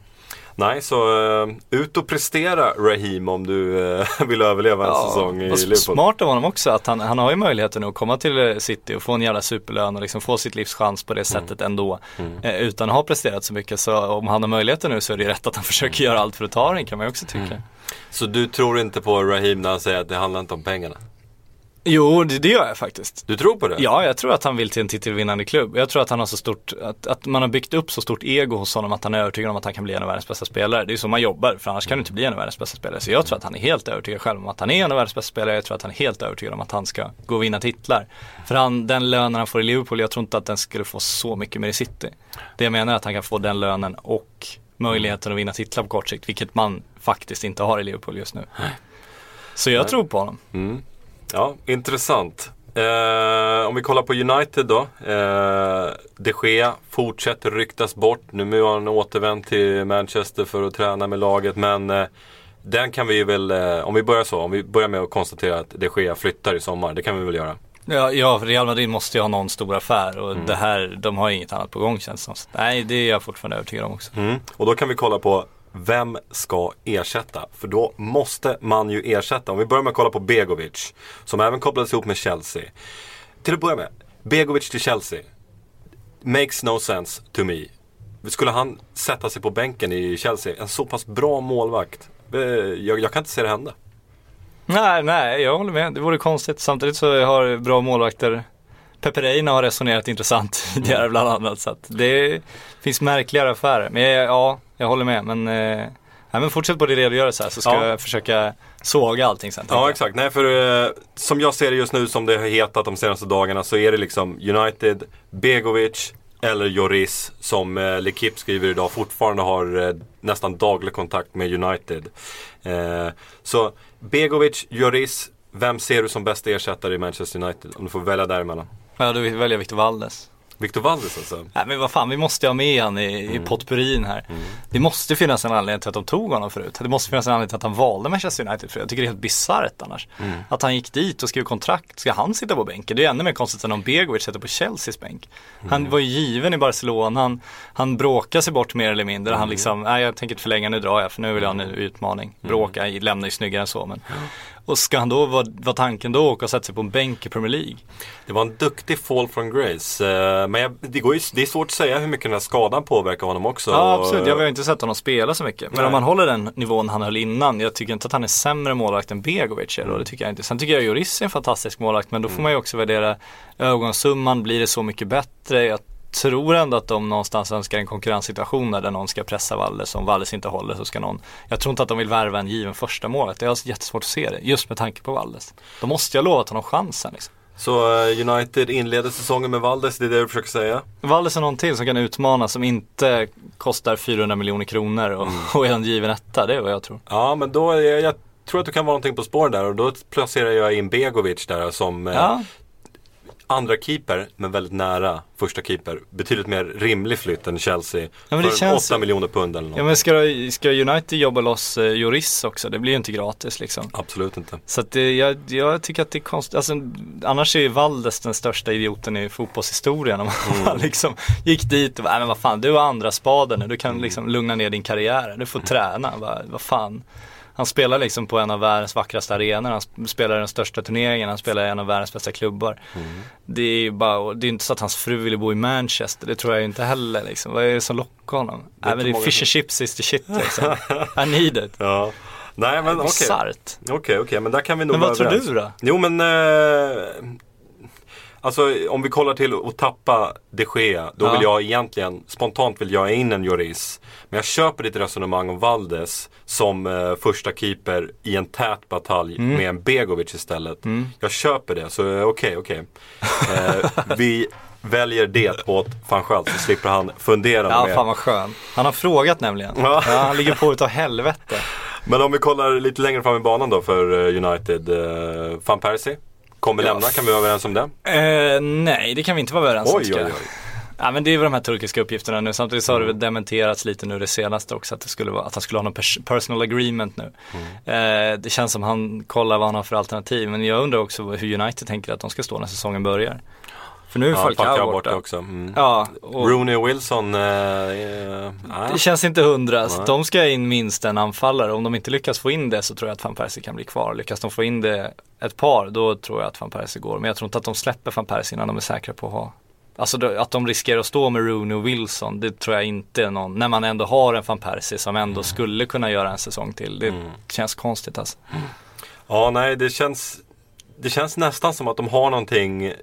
Nej, så uh, ut och prestera Raheem om du uh, vill överleva en ja, säsong i Liverpool. Smart av honom också att han, han har ju möjligheten att komma till City och få en jävla superlön och liksom få sitt livs chans på det sättet mm. ändå mm. Uh, utan att ha presterat så mycket. Så om han har möjligheten nu så är det rätt att han försöker mm. göra allt för att ta den, kan man ju också tycka. Mm. Så du tror inte på Raheem när han säger att det handlar inte om pengarna? Jo, det, det gör jag faktiskt. Du tror på det? Ja, jag tror att han vill till en titelvinnande klubb. Jag tror att han har så stort, att, att man har byggt upp så stort ego hos honom att han är övertygad om att han kan bli en av världens bästa spelare. Det är ju så man jobbar, för annars kan du inte bli en av världens bästa spelare. Så jag tror att han är helt övertygad själv om att han är en av världens bästa spelare. Jag tror att han är helt övertygad om att han ska gå och vinna titlar. För han, den lönen han får i Liverpool, jag tror inte att den skulle få så mycket mer i City. Det jag menar är att han kan få den lönen och möjligheten att vinna titlar på kort sikt, vilket man faktiskt inte har i Liverpool just nu. Så jag Nej. tror på honom. Mm. Ja, intressant. Eh, om vi kollar på United då. Eh, De Gea fortsätter ryktas bort. Nu har han återvänt till Manchester för att träna med laget. Men eh, den kan vi väl, eh, om vi börjar så, om vi börjar med att konstatera att De Gea flyttar i sommar. Det kan vi väl göra. Ja, ja, Real Madrid måste ju ha någon stor affär och mm. det här, de har inget annat på gång, känns det som. Nej, det är jag fortfarande övertygad om också. Mm. Och då kan vi kolla på vem ska ersätta? För då måste man ju ersätta. Om vi börjar med att kolla på Begovic, som även kopplades ihop med Chelsea. Till att börja med, Begovic till Chelsea makes no sense to me. Skulle han sätta sig på bänken i Chelsea? En så pass bra målvakt. Jag, jag kan inte se det hända. Nej, nej, jag håller med. Det vore konstigt. Samtidigt så har bra målvakter, Pepe Reina har resonerat intressant tidigare bland annat. Så att det finns märkligare affärer. Men ja, jag håller med. Men, eh, nej, men fortsätt på det redogörelse här, så ska ja. jag försöka såga allting sen. Ja, exakt. Nej, för eh, som jag ser det just nu, som det har hetat de senaste dagarna, så är det liksom United, Begovic eller Lloris, som eh, L'Equipe skriver idag, fortfarande har eh, nästan daglig kontakt med United. Eh, så Begovic, Lloris, vem ser du som bästa ersättare i Manchester United? Om du får välja däremellan. Ja, du väljer Victor Valdes. Victor Valdes alltså? Nej, men vad fan, vi måste ha med han i, mm. i potpurin här. Mm. Det måste finnas en anledning till att de tog honom förut. Det måste finnas en anledning till att han valde Manchester United förut. Jag tycker det är helt bisarrt annars. Mm. Att han gick dit och skrev kontrakt. Ska han sitta på bänken? Det är ännu mer konstigt än om Begovic sätter på Chelseas bänk. Mm. Han var ju given i Barcelona. Han, han bråkade sig bort mer eller mindre. Mm. Han liksom, nej jag tänker inte förlänga, nu drar jag, för nu vill jag ha en utmaning. Bråka, lämna ju snyggare än så. Men. Och ska han då, vad var tanken då, åka och sätta sig på en bänk i Premier League? Det var en duktig fall from grace. Eh, men jag, det, går ju, det är svårt att säga hur mycket den här skadan påverkar honom också. Ja, absolut. Jag har inte sett honom spela så mycket. Men Nej. om man håller den nivån han höll innan, jag tycker inte att han är sämre målvakt än Begovic. Mm. Det tycker jag inte. Sen tycker jag Lloris är en fantastisk målvakt, men då får man ju också värdera ögonsumman. Blir det så mycket bättre? Jag tror ändå att de någonstans önskar en konkurrenssituation där någon ska pressa Valles. Om Valles inte håller så ska någon. Jag tror inte att de vill värva en given första målet. Det är jättesvårt att se det, just med tanke på Valles. Då måste jag lova att honom chansen liksom. Så uh, United inleder säsongen med Valdes, det är det du försöker säga? Valdes är någon till som kan utmana, som inte kostar fyrahundra miljoner kronor och, mm. och är en given etta, det är vad jag tror. Ja, men då är jag, jag tror att du kan vara någonting på spår där, och då placerar jag in Begovic där som ja. eh, andra keeper, men väldigt nära första keeper. Betydligt mer rimlig flytt än Chelsea. Ja, men det för känns... åtta miljoner pund eller något. Ja, men ska, ska United jobba loss eh, Lloris också? Det blir ju inte gratis liksom. Absolut inte. Så att det, jag, jag tycker att det är konstigt. Alltså, annars är ju Valdes den största idioten i fotbollshistorien. Om mm. man liksom gick dit och bara, men vad fan, du har andra spaden nu. Du kan liksom lugna ner din karriär. Du får mm. träna. Vad, vad fan. Han spelar liksom på en av världens vackraste arenor. Han spelar den största turneringen. Han spelar i en av världens bästa klubbar. Mm. Det är ju bara, det är inte så att hans fru ville bo i Manchester. Det tror jag inte heller liksom. Vad är det som lockar honom? Det är, äh, men det är fish and chips is the shit liksom. I need it. Ja. Nej, men okej. Okej, okej, okej, men där kan vi nog men vara vad tror överens. du då? Jo, men eh, alltså om vi kollar till att tappa De Gea, då ja. vill jag egentligen, spontant vill jag in en Lloris. Men jag köper ditt resonemang om Valdes som eh, första keeper i en tät batalj mm. med en Begovic istället. Mm. Jag köper det, så okej, okay, okej. Okay. Eh, vi väljer det åt fan själv, så slipper han fundera ja, mer. Ja, fan vad skön. Han har frågat nämligen. Ja. Ja, han ligger på utav helvete. Men om vi kollar lite längre fram i banan då för United. Eh, Van Persie kommer ja. lämna, kan vi vara överens om det? Eh, nej, det kan vi inte vara överens om. Oj, oj, oj. Ja, men det är väl de här turkiska uppgifterna nu. Samtidigt så har det väl dementerats lite nu det senaste också, att, det skulle vara, att han skulle ha någon pers- personal agreement nu. Mm. Eh, det känns som han kollar vad han har för alternativ. Men jag undrar också hur United tänker att de ska stå när säsongen börjar. För nu är ja, Falcao borta. borta också. Mm. Ja, och Rooney och Wilson. Eh, eh, det känns inte hundra. Så de ska in minst en anfallare. Om de inte lyckas få in det så tror jag att Van Persie kan bli kvar. Lyckas de få in det ett par, då tror jag att Van Persie går. Men jag tror inte att de släpper Van Persie innan de är säkra på att ha. Alltså då, att de riskerar att stå med Rooney och Wilson, det tror jag inte är någon. När man ändå har en Van Persie som ändå mm. skulle kunna göra en säsong till. Det mm. känns konstigt alltså. Mm. Ja, nej, det känns det känns nästan som att de har någonting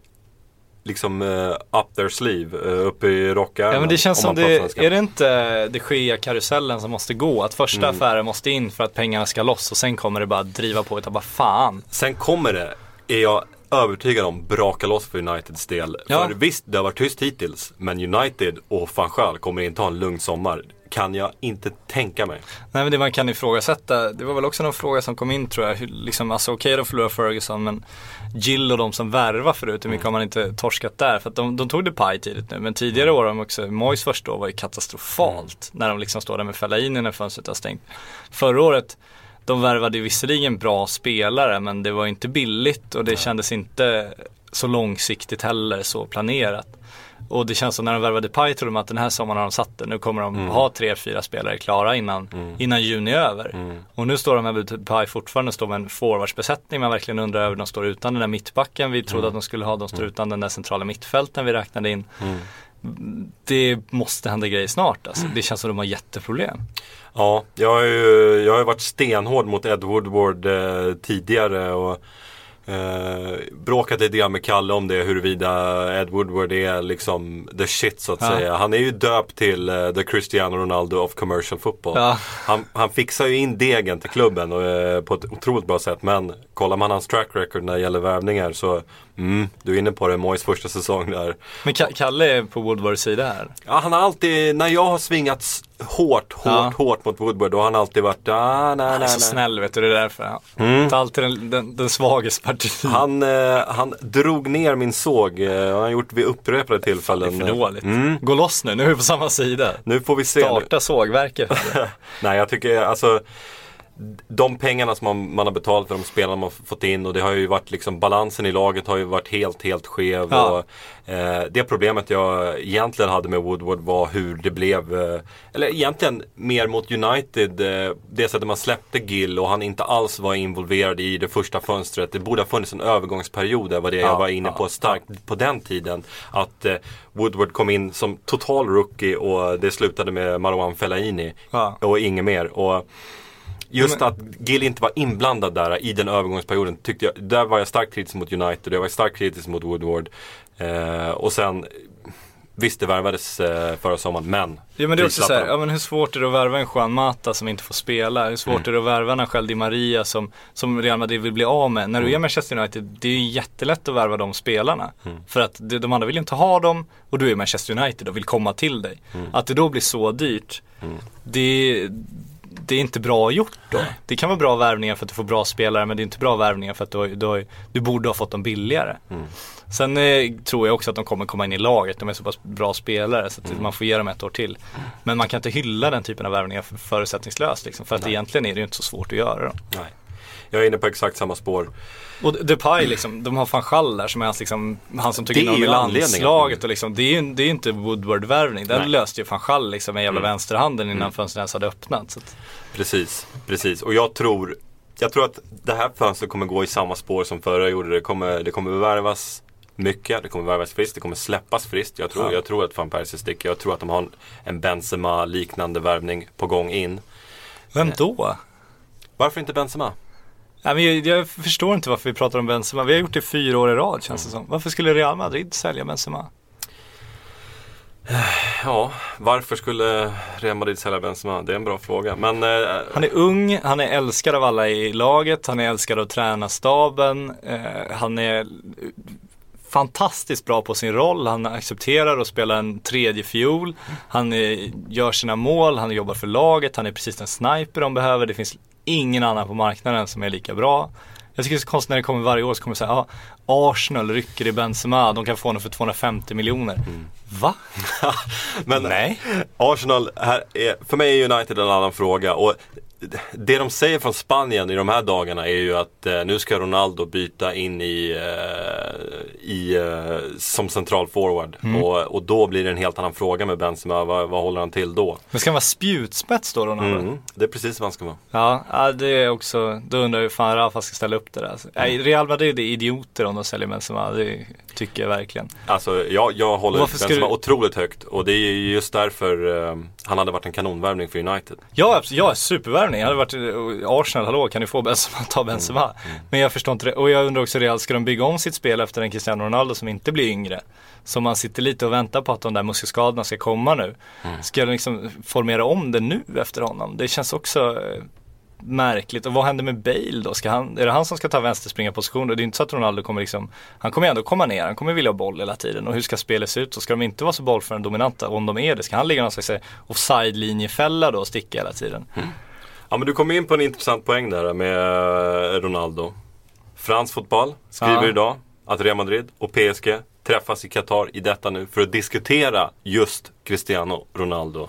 liksom uh, up their sleeve, uh, uppe i rockärmen. Ja, men det känns som det, är det inte det sker karusellen som måste gå? Att första mm. affären måste in för att pengarna ska loss och sen kommer det bara driva på och bara fan. Sen kommer det, är jag övertygad om, braka loss för Uniteds del. Ja. För visst, det har varit tyst hittills, men United och Van Gaal kommer inte ha en lugn sommar. Kan jag inte tänka mig. Nej, men det man kan ifrågasätta, det var väl också någon fråga som kom in tror jag, hur, liksom, alltså okej, okay, de förlorar Ferguson, men Gill och de som värvar förut, hur mycket mm. har man inte torskat där? För att de, de tog det paj tidigt nu, men tidigare år har de också, Moyes första år var ju katastrofalt, mm. när de liksom står där med Fellaini när fönstret har stängt. Förra året, de värvade visserligen bra spelare, men det var inte billigt och det kändes inte så långsiktigt heller, så planerat. Och det känns som när de värvade Paj, tror de att den här sommaren har de satt det. Nu kommer de mm. ha tre, fyra spelare klara innan, mm. innan juni är över. Mm. Och nu står de här med Paj fortfarande, står med en forwardsbesättning. Man verkligen undrar över, de står utan den där mittbacken vi trodde mm. att de skulle ha. De står mm. utan den där centrala mittfälten vi räknade in. Mm. Det måste hända grejer snart alltså. Det känns som de har jätteproblem. Ja, jag har ju, jag har ju varit stenhård mot Ed Woodward eh, tidigare och Eh, bråkat lite grann med Kalle om det, huruvida Ed Woodward är liksom the shit så att ja. säga. Han är ju döpt till uh, the Cristiano Ronaldo of commercial football. Ja. Han, han fixar ju in degen till klubben och, uh, på ett otroligt bra sätt, men kollar man hans track record när det gäller värvningar så mm, du är inne på det, Moyes första säsong där. Men Kalle är på Woodwards sida här? Ja, han har alltid, när jag har svingats hårt, hårt, ja. hårt mot Woodward, då har han alltid varit ah, nej, han är nej, så nej. snäll, vet du, det är därför han mm. tar alltid den, den, den svagaste parti. Han, eh, han drog ner min såg, eh, han har gjort vid upprepade tillfällen. Det är för dåligt. Mm. Gå loss nu, nu är vi på samma sida. Nu får vi se. Starta sågverket. Nej, jag tycker alltså de pengarna som man, man har betalat för de spelarna man har fått in, och det har ju varit liksom, balansen i laget har ju varit helt, helt skev. Ja. Och, eh, det problemet jag egentligen hade med Woodward var hur det blev, eh, eller egentligen mer mot United, eh, det sättet man släppte Gill och han inte alls var involverad i det första fönstret. Det borde ha funnits en övergångsperiod, det var det Ja, jag var inne på ja, starkt ja. på den tiden. Att eh, Woodward kom in som total rookie och det slutade med Marouane Fellaini Ja. och inget mer. Och just att Gill inte var inblandad där i den övergångsperioden, tyckte jag, där var jag starkt kritisk mot United, jag var starkt kritisk mot Woodward. Eh, och sen, visst det värvades eh, förra sommaren, men Ja, men det är också så här, Zlatan. ja, men hur svårt är det att värva en Juan Mata som inte får spela? Hur svårt Mm. är det att värva en Angel Di Maria som, som Real Madrid vill bli av med? När du är Manchester United, det är ju jättelätt att värva de spelarna. Mm. För att de, de andra vill inte ha dem, och du är Manchester United och vill komma till dig. Mm. Att det då blir så dyrt, Mm. det, det är inte bra gjort då. Det kan vara bra värvningar för att du får bra spelare, men det är inte bra värvningar för att du, har- du, har- du borde ha fått dem billigare. Mm. Sen eh, tror jag också att de kommer komma in i laget. De är så pass bra spelare så att Mm. man får ge dem ett år till. Men man kan inte hylla den typen av värvningar för förutsättningslöst liksom, för att Nej. egentligen är det ju inte så svårt att göra dem. Nej. Jag är inne på exakt samma spår. Och Depay liksom, de har Van Schall där som är hans, liksom, han som tog Det in är honom i ju anledningen. landslaget och liksom, det är ju det är ju inte Woodward-värvning. Den Nej. löste ju Van Schall liksom med jävla Mm. vänsterhanden innan Mm. fönstret ens hade öppnat. Så att, Precis, precis. Och jag tror Jag tror att det här fönstret kommer gå i samma spår som förra gjorde. Det kommer, det kommer värvas mycket, det kommer värvas friskt, det kommer släppas friskt. Jag tror, Ja. jag tror att Van Persie sticker. Jag tror att de har en, en Benzema-liknande värvning på gång in. vem då? Varför inte Benzema? Nej, men jag, jag förstår inte varför vi pratar om Benzema. Vi har gjort det fyra år i rad känns det som. Varför skulle Real Madrid sälja Benzema? Ja, varför skulle Real Madrid sälja Benzema? Det är en bra fråga. Men, eh, Han är ung, han är älskad av alla i laget, han är älskad av tränarstaben, eh, han är fantastiskt bra på sin roll, han accepterar att spela en tredje fiol, han eh, gör sina mål, han jobbar för laget, han är precis den sniper de behöver, det finns ingen annan på marknaden som är lika bra. Jag tycker det är så konstigt när det kommer varje år så kommer det säga, ja, Arsenal rycker i Benzema, de kan få honom för tvåhundrafemtio miljoner. Mm. Va? men Nej. Arsenal, här är, för mig är United en annan fråga. Och det de säger från Spanien i de här dagarna är ju att eh, nu ska Ronaldo byta in i, eh, i eh, som central forward. Mm. Och, och då blir det en helt annan fråga med Benzema. Vad, vad håller han till då? Men ska han vara spjutspets då, Ronaldo? Mm. Det är precis vad han ska vara. Ja, ja, det är också, då undrar jag hur fan Rafa ska ställa upp det där. Alltså. Nej, Real Madrid är idioter om de säljer Benzema, det tycker jag verkligen. Alltså jag, jag håller Varför ska Benzema du- otroligt högt. Och det är just därför eh, han hade varit en kanonvärvning för United. Ja, absolut, ja, supervärvning. Jag hade varit Arsenal, hallå, kan ni få Benzema, ta Benzema. Mm. Men jag förstår inte det. Och jag undrar också Real, ska de bygga om sitt spel efter en Cristiano Ronaldo som inte blir yngre? Så man sitter lite och väntar på att de där muskelskadorna ska komma nu. Mm. Ska de liksom formera om det nu efter honom? Det känns också eh, märkligt. Och vad händer med Bale då? Ska han, är det han som ska ta vänsterspringarposition? Och det är inte så att Ronaldo kommer liksom, han kommer ändå komma ner, han kommer vilja ha boll hela tiden. Och hur ska spelet se ut? Så ska de inte vara så bollförande dominanta om de är det. Ska han ligga någon slags offside-linjefälla då och sticka hela tiden? Mm. Ja, men du kom in på en intressant poäng där med Ronaldo. Fransk fotboll skriver Ja. idag att Real Madrid och P S G träffas i Qatar i detta nu för att diskutera just Cristiano Ronaldo.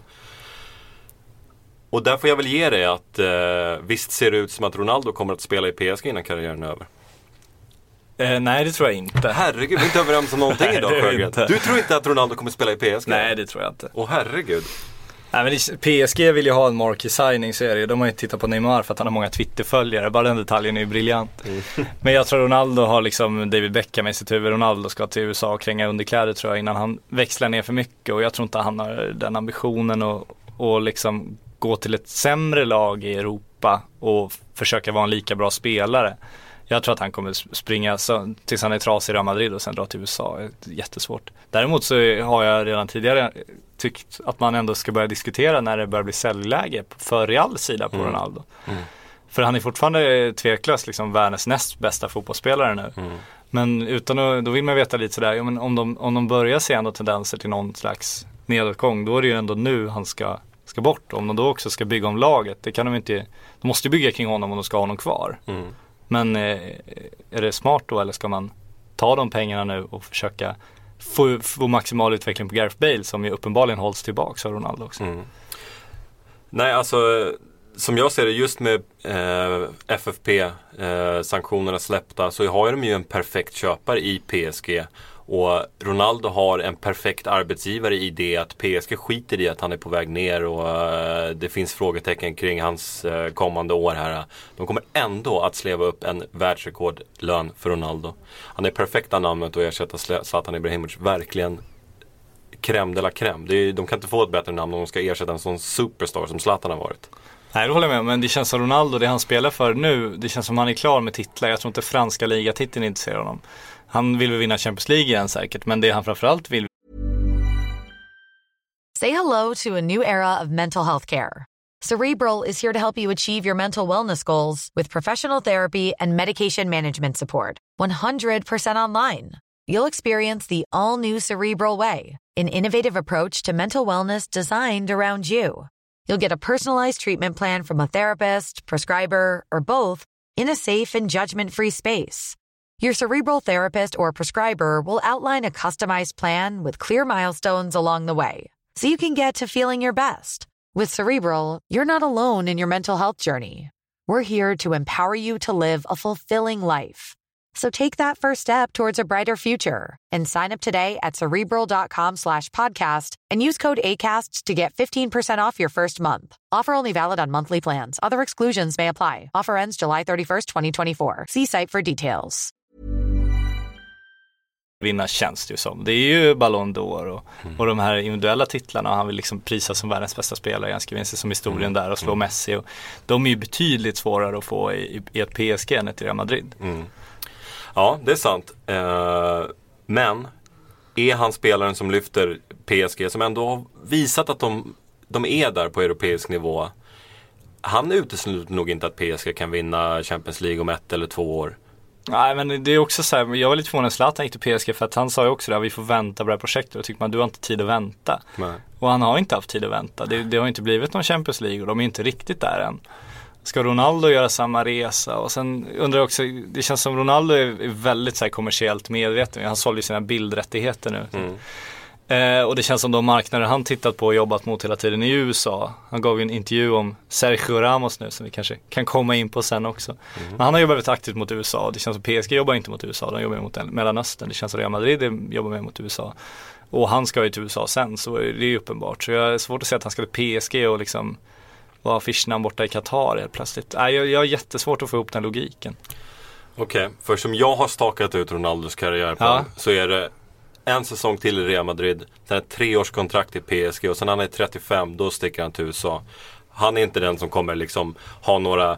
Och där får jag väl ge dig att eh, visst ser det ut som att Ronaldo kommer att spela i P S G innan karriären är över. Eh, nej, det tror jag inte. Herregud, vi är inte överens om någonting Nej, idag, det är vi Sjögren. inte. Du tror inte att Ronaldo kommer spela i P S G? Nej, det tror jag inte. Åh herregud. Nej, men det, P S G vill ju ha en marquee signing, så är det ju. De har ju tittat på Neymar för att han har många Twitter-följare. Bara den detaljen är ju briljant. Mm. Men jag tror Ronaldo har liksom David Beckham i sitt huvud. Ronaldo ska till U S A och kränga underkläder tror jag innan han växlar ner för mycket. Och jag tror inte han har den ambitionen att och liksom gå till ett sämre lag i Europa och försöka vara en lika bra spelare. Jag tror att han kommer springa så, tills han är trasig i Real Madrid och sen dra till U S A. Det är jättesvårt. Däremot så har jag redan tidigare tyckt att man ändå ska börja diskutera när det börjar bli säljläge för Real sida på Mm. Ronaldo. Mm. För han är fortfarande tveklöst liksom världens näst bästa fotbollsspelare nu. Mm. Men utan att, då vill man veta lite sådär, ja, men om, de, om de börjar se ändå tendenser till någon slags nedåtgång, då är det ju ändå nu han ska, ska bort. Om de då också ska bygga om laget, det kan de inte, de måste ju bygga kring honom om de ska ha honom kvar. Mm. Men eh, är det smart då, eller ska man ta de pengarna nu och försöka få, få maximal utveckling på Gareth Bale som ju uppenbarligen hålls tillbaka av Ronaldo också. Mm. Nej, alltså som jag ser det, just med eh, F F P-sanktionerna eh, släppta, så har de ju en perfekt köpare i P S G. Och Ronaldo har en perfekt arbetsgivare i det att P S G skiter i att han är på väg ner och uh, det finns frågetecken kring hans uh, kommande år här. De kommer ändå att sleva upp en världsrekordlön för Ronaldo. Han är perfekta namnet att ersätta Zlatan Ibrahimovic. Verkligen crème de la crème. Det är, de kan inte få ett bättre namn om de ska ersätta en sån superstar som Zlatan har varit. Nej, det håller jag med, men det känns som Ronaldo, det han spelar för nu, det känns som han är klar med titlar. Jag tror inte franska ligatiteln intresserar honom. Han vill väl vinna Champions League igen säkert, men det han framförallt vill. Say hello to a new era of mental health care. Cerebral is here to help you achieve your mental wellness goals with professional therapy and medication management support. one hundred percent online. You'll experience the all-new Cerebral way, an innovative approach to mental wellness designed around you. You'll get a personalized treatment plan from a therapist, prescriber, or both in a safe and judgment-free space. Your Cerebral therapist or prescriber will outline a customized plan with clear milestones along the way, so you can get to feeling your best. With Cerebral, you're not alone in your mental health journey. We're here to empower you to live a fulfilling life. So take that first step towards a brighter future and sign up today at Cerebral.com slash podcast and use code ACAST to get fifteen percent off your first month. Offer only valid on monthly plans. Other exclusions may apply. Offer ends July thirty-first, twenty twenty-four. See site for details. Vinna känns det ju som. Det är ju Ballon d'Or och, mm. och de här individuella titlarna, och han vill liksom prisa som världens bästa spelare. Han skriver sig som historien mm. där och slå mm. Messi. Och de är ju betydligt svårare att få i, i ett P S G än ett Real Madrid. Mm. Ja, det är sant. Eh, men är han spelaren som lyfter P S G, som ändå har visat att de, de är där på europeisk nivå? Han utesluter nog inte att P S G kan vinna Champions League om ett eller två år. Nej, men det är också så här, jag var lite förvånad att Zlatan gick till P S G, för att han sa ju också det, vi får vänta på det här projektet, och tycker man, du har inte tid att vänta. Nej. Och han har inte haft tid att vänta. Det, det har inte blivit någon Champions League och de är inte riktigt där än. Ska Ronaldo göra samma resa? Och sen undrar jag också, det känns som Ronaldo är väldigt så här kommersiellt medveten. Han sålde ju sina bildrättigheter nu. Mm. Eh, och det känns som de marknader han tittat på och jobbat mot hela tiden i U S A. Han gav ju en intervju om Sergio Ramos nu, som vi kanske kan komma in på sen också. Mm. Men han har jobbat aktivt mot U S A, och det känns som P S G jobbar inte mot U S A, de jobbar mot Mellanöstern. Det känns som Real Madrid jobbar med mot U S A. Och han ska ju till U S A sen, så det är ju uppenbart. Så jag är svårt att säga att han ska till P S G och liksom vara affischnamn borta i Qatar helt plötsligt. Nej, jag, jag har jättesvårt att få ihop den logiken. Okej, okay, för som jag har stakat ut Ronaldos karriär på, ja. så är det en säsong till i Real Madrid, sen ett treårskontrakt i P S G, och sen när han är trettiofem, då sticker han till U S A. Han är inte den som kommer liksom ha några...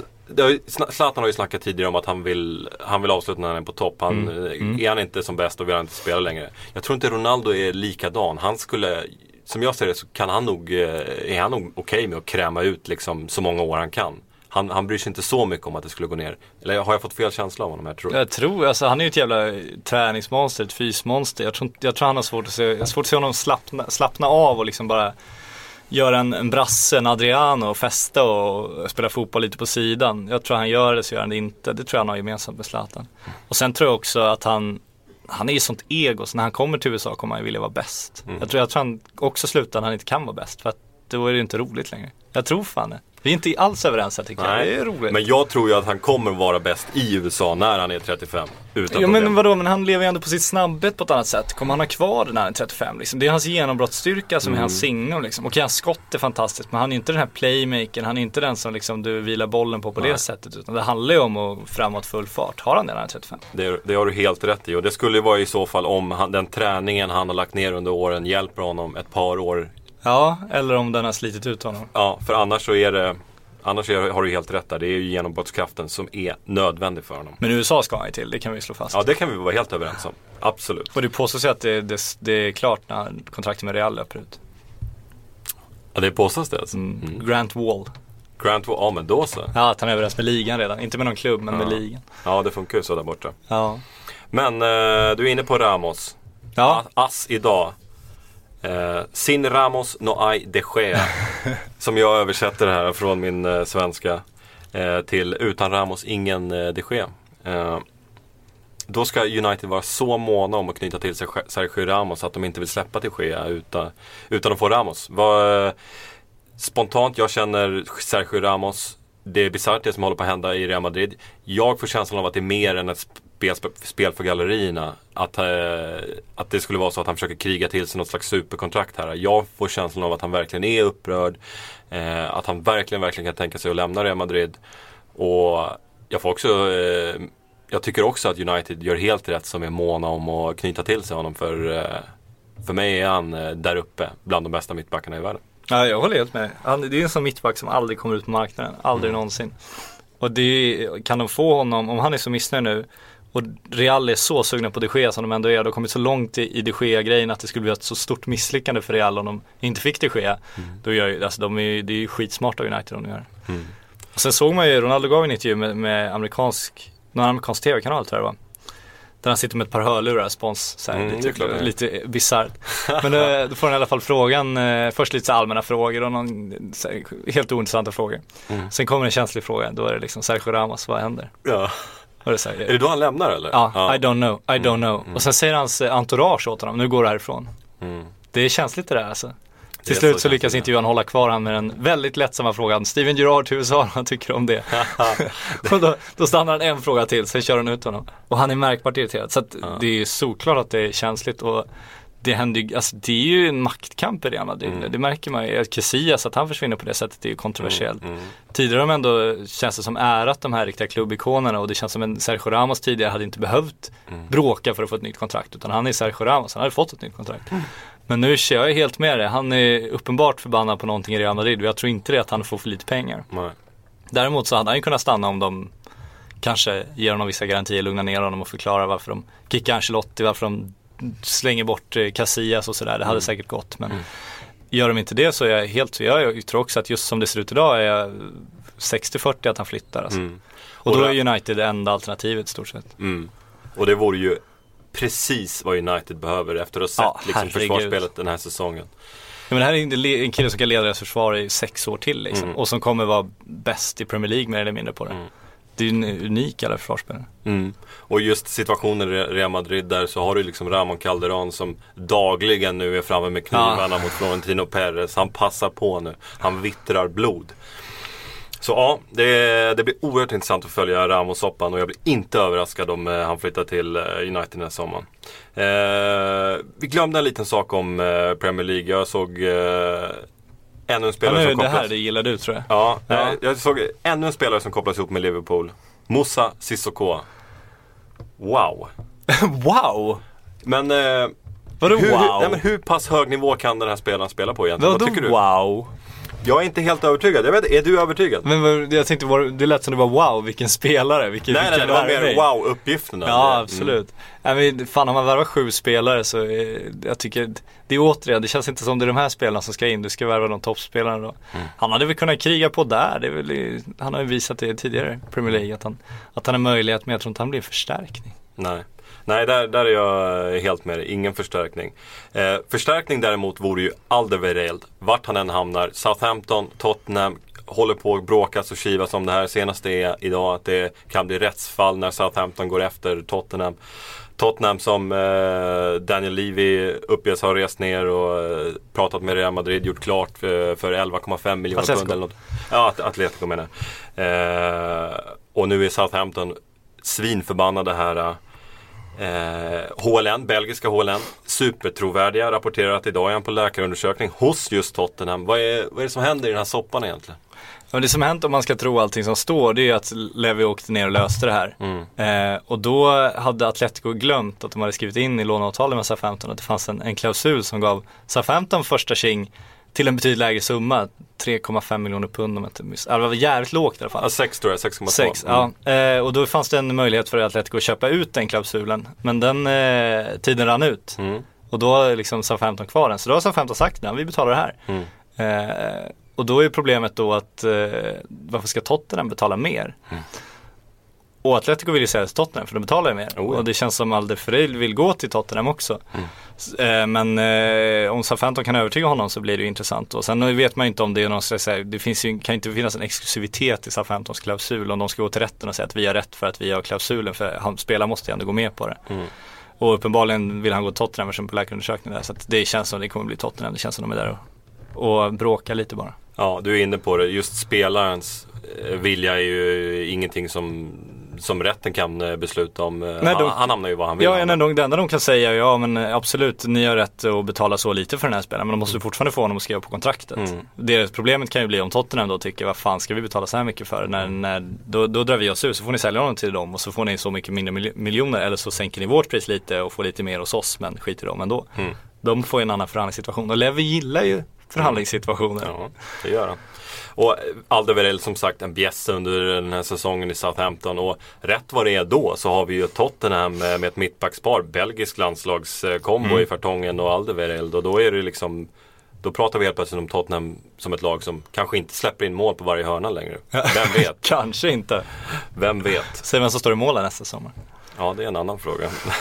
Zlatan har ju snackat tidigare om att han vill, han vill avsluta när han är på topp. Han, mm. Mm. Är han inte som bäst och vill han inte spela längre. Jag tror inte Ronaldo är likadan. Han skulle... Som jag ser det, så kan han nog, är han nog okej okay med att kräma ut liksom så många år han kan. Han, han bryr sig inte så mycket om att det skulle gå ner. Eller har jag fått fel känsla av honom här, tror jag? Jag tror, alltså han är ju ett jävla träningsmonster, ett fysmonster. Jag tror, jag tror han har svårt att se, jag har svårt att se honom slappna, slappna av och liksom bara göra en, en brasse, en Adriano, och festa och spela fotboll lite på sidan. Jag tror han gör det, så gör han det inte. Det tror jag han har gemensamt med Zlatan. Och sen tror jag också att han Han är ju sånt ego, så när han kommer till U S A kommer han ju vilja vara bäst. Mm. Jag tror att han också slutar när han inte kan vara bäst, för att då är det inte roligt längre. Jag tror fan det. Vi är inte alls överens här, tycker jag. Det är roligt. Men jag tror ju att han kommer vara bäst i U S A när han är trettiofem. Utan ja, men vadå? Men han lever ju ändå på sitt snabbhet på ett annat sätt. Kommer han ha kvar det när han är trettiofem? Liksom? Det är hans genombrottsstyrka som mm. är hans signum. Liksom. Okej, hans skott är fantastiskt, men han är inte den här playmakern. Han är inte den som liksom, du vilar bollen på på Nej. det sättet. Utan det handlar ju om att framåt full fart. Har han det när han är trettiofem? Det, det har du helt rätt i. Och det skulle ju vara i så fall om han, den träningen han har lagt ner under åren hjälper honom ett par år. Ja, eller om den har slitit ut honom. Ja, för annars så är det... Annars är, har du helt rätt där. Det är ju genombrottskraften som är nödvändig för honom. Men U S A ska han ju till, det kan vi slå fast. Ja, det kan vi vara helt överens om. Absolut. Och det påstås ju att det, det, det är klart när kontraktet med Real löper ut. Ja, det påstås det alltså. Mm. Mm. Grant Wall. Grant Wall, ja men då så. Ja, att han är överens med ligan redan. Inte med någon klubb, men ja. med ligan. Ja, det funkar ju så där borta. Ja. Men eh, du är inne på Ramos. Ja. Ass idag. Eh, sin Ramos no hay de Gea. Som jag översätter det här från min eh, svenska eh, till utan Ramos ingen eh, de Gea. Eh, då ska United vara så måna om att knyta till sig Sergio Ramos att de inte vill släppa till Gea utan, utan att få Ramos. Vad, spontant, jag känner Sergio Ramos. Det är bisarrt det som håller på att hända i Real Madrid. Jag får känslan av att det är mer än ett spel, spel för gallerierna. Att, eh, att det skulle vara så att han försöker kriga till sig något slags superkontrakt här. Jag får känslan av att han verkligen är upprörd. Eh, att han verkligen, verkligen kan tänka sig att lämna Real Madrid. Och jag får också... Eh, jag tycker också att United gör helt rätt som är måna om att knyta till sig honom. För, eh, för mig är han eh, där uppe bland de bästa mittbackarna i världen. Ja, jag håller helt med. Han, det är en sån mittback som aldrig kommer ut på marknaden. Aldrig mm. någonsin. Och det kan de få honom, om han är så missnöjd nu och Real är så sugna på De Gea som de ändå är, de har kommit så långt i, i De Gea-grejen att det skulle bli ett så stort misslyckande för Real om de inte fick De Gea. Mm. Då gör, alltså, de är, det är ju skitsmarta United de gör. Mm. Och sen såg man ju, Ronaldo gav en intervju med, med amerikansk, någon amerikansk tv-kanal tror jag det var. Där han sitter med ett par hörlurar, spons, såhär, mm, lite, lite bisarrt. Men då, då får han i alla fall frågan, eh, först lite så allmänna frågor och någon såhär, helt ointressanta frågor. Mm. Sen kommer en känslig fråga, då är det liksom Sergio Ramos, vad händer? Ja. Och det såhär, är det då han lämnar eller? Ja, ja. I don't know, I don't mm. know. Mm. Och sen säger hans entourage åt honom, nu går du härifrån. Mm. Det är känsligt det där alltså. Till slut så, så lyckas intervjuan hålla kvar han med den väldigt lättsamma frågan. Steven Gerrard till U S A, han tycker om det. Och då, då stannar han en fråga till, sen kör han ut honom. Och han är märkbart irriterad. Så att ja. Det är såklart att det är känsligt. Och det händer, alltså det är ju en maktkamp i det. Mm. Det märker man ju. Casillas, att han försvinner på det sättet, det är ju kontroversiellt. Mm. Mm. Tidigare har de ändå, känns det som ärat de här riktiga klubbikonerna. Och det känns som en Sergio Ramos tidigare hade inte behövt mm. bråka för att få ett nytt kontrakt. Utan han är Sergio Ramos, han hade fått ett nytt kontrakt. Mm. Men nu kör jag helt med det. Han är uppenbart förbannad på någonting i Real Madrid. Och jag tror inte det att han får för lite pengar. Nej. Däremot så hade han ju kunnat stanna om de kanske ger honom vissa garantier, lugna ner honom och förklara varför de kickar Ancelotti, varför de slänger bort Casillas och sådär. Det hade mm. säkert gått. Men mm. gör de inte det så är jag helt... Jag tror också att just som det ser ut idag är jag sextio fyrtio att han flyttar. Alltså. Mm. Och, och då är United det enda alternativet stort sett. Mm. Och det vore ju precis vad United behöver efter att ha sett ja, liksom försvarsspelet den här säsongen. Ja, men det här är en kille som kan leda deras försvar i sex år till liksom. Mm. Och som kommer vara bäst i Premier League mer eller mindre på det. Mm. Det är en unik alla försvarsspelare. Mm. Och just situationen i Real Madrid där så har du liksom Ramon Calderón som dagligen nu är framme med knivarna ja. mot Florentino Perez. Han passar på nu. Han vittrar blod. Så ja, det, det blir oerhört intressant att följa Ramos-soppan och jag blir inte överraskad om eh, han flyttar till eh, United den här sommaren. Eh, vi glömde en liten sak om eh, Premier League. Jag såg eh, ännu en spelare ja, nu, som kopplas... Det här det gillar du tror jag. Ja, ja. Eh, jag såg ännu en spelare som kopplas ihop med Liverpool. Moussa Sissoko. Wow. Wow! Men, eh, Vadå hur, wow? hur, nej, men hur pass hög nivå kan den här spelaren spela på egentligen? Vadå Vad tycker du? Wow? Jag är inte helt övertygad. Jag vet, är du övertygad? Men jag tänkte, var, det lät som det var wow, vilken spelare. Vilken, nej, vilken nej, det var mer wow-uppgifterna. Ja, absolut. Mm. Nej, men fan, om man värvar sju spelare så är, jag tycker, det är återigen, det känns inte som det är de här spelarna som ska in. Du ska värva de toppspelarna då. Mm. Han hade väl kunnat kriga på där. Det är väl, han har ju visat det tidigare i Premier League att han, att han har möjlighet, men jag tror inte han blir en förstärkning. Nej. Nej, där, där är jag helt med. Ingen förstärkning. Eh, förstärkning däremot vore ju Alderweireld. Vart han än hamnar. Southampton, Tottenham håller på att bråkas och kivas om det här. Senaste är idag att det kan bli rättsfall när Southampton går efter Tottenham. Tottenham som eh, Daniel Levy uppges ha rest ner och eh, pratat med Real Madrid, gjort klart för, för elva komma fem miljoner pund eller något. Ja, Atletico menar eh, och nu är Southampton svinförbannade här. Eh, H L N, belgiska H L N, supertrovärdiga, rapporterar att idag är han på läkarundersökning hos just Tottenham. Vad är, vad är det som händer i den här soppan egentligen? Ja, det som hänt, om man ska tro allting som står, det är att Levy åkte ner och löste det här. Mm. Eh, och då hade Atletico glömt att de hade skrivit in i låneavtalet med Southampton att det fanns en, en klausul som gav Southampton första tjing till en betydligt lägre summa, tre komma fem miljoner pund om jag inte miss. Det var jävligt lågt i alla fall. Ja, sex tror jag, sex komma två. sex, mm. ja. Eh, och då fanns det en möjlighet för Atletico att köpa ut den klausulen. Men den eh, tiden rann ut. Mm. Och då är liksom Southampton kvar den. Så då har Southampton sagt, nej, vi betalar det här. Mm. Eh, och då är problemet då att eh, varför ska Tottenham betala mer? Mm. Och Atletico vill ju säga till Tottenham för de betalar ju mer. Oh, ja. Och det känns som Alderweireld vill gå till Tottenham också. Mm. Eh, men eh, om Southampton kan övertyga honom så blir det ju intressant. Och sen vet man inte om det är någon slags, det finns ju, kan inte finnas en exklusivitet i Southamptons klausul om de ska gå till rätten och säga att vi har rätt för att vi har klausulen, för han spelare måste ju ändå gå med på det. Mm. Och uppenbarligen vill han gå till Tottenham som på läkarundersökningen där, så att det känns som det kommer bli Tottenham. Det känns som de är där och, och bråka lite bara. Ja, du är inne på det. Just spelarens vilja är ju ingenting som, som rätten kan besluta om. Nej, han, de, han hamnar ju vad han vill. Ja, en de, det enda de kan säga är ja, men absolut, ni har rätt att betala så lite för den här spelaren, men de måste mm. fortfarande få honom att skriva på kontraktet. Mm. Det problemet kan ju bli om Tottenham då tycker, vad fan ska vi betala så här mycket för? När, när, då, då drar vi oss ut, så får ni sälja honom till dem och så får ni så mycket mindre miljoner, eller så sänker ni vårt pris lite och får lite mer hos oss, men skit i dem ändå. Mm. De får en annan förhandlingssituation, och Levi gillar ju förhandlingssituationer. Mm. Ja, det gör han. Och Alderweireld som sagt en bjässe under den här säsongen i Southampton, och rätt vad det är då så har vi ju Tottenham med ett mittbackspar, belgisk landslagskombo mm. i Fartongen och Alderweireld, och då är det liksom, då pratar vi helt plötsligt om Tottenham som ett lag som kanske inte släpper in mål på varje hörna längre. Vem vet? Kanske inte. Vem vet? Säg vem som står i mål nästa sommar. Ja, det är en annan fråga.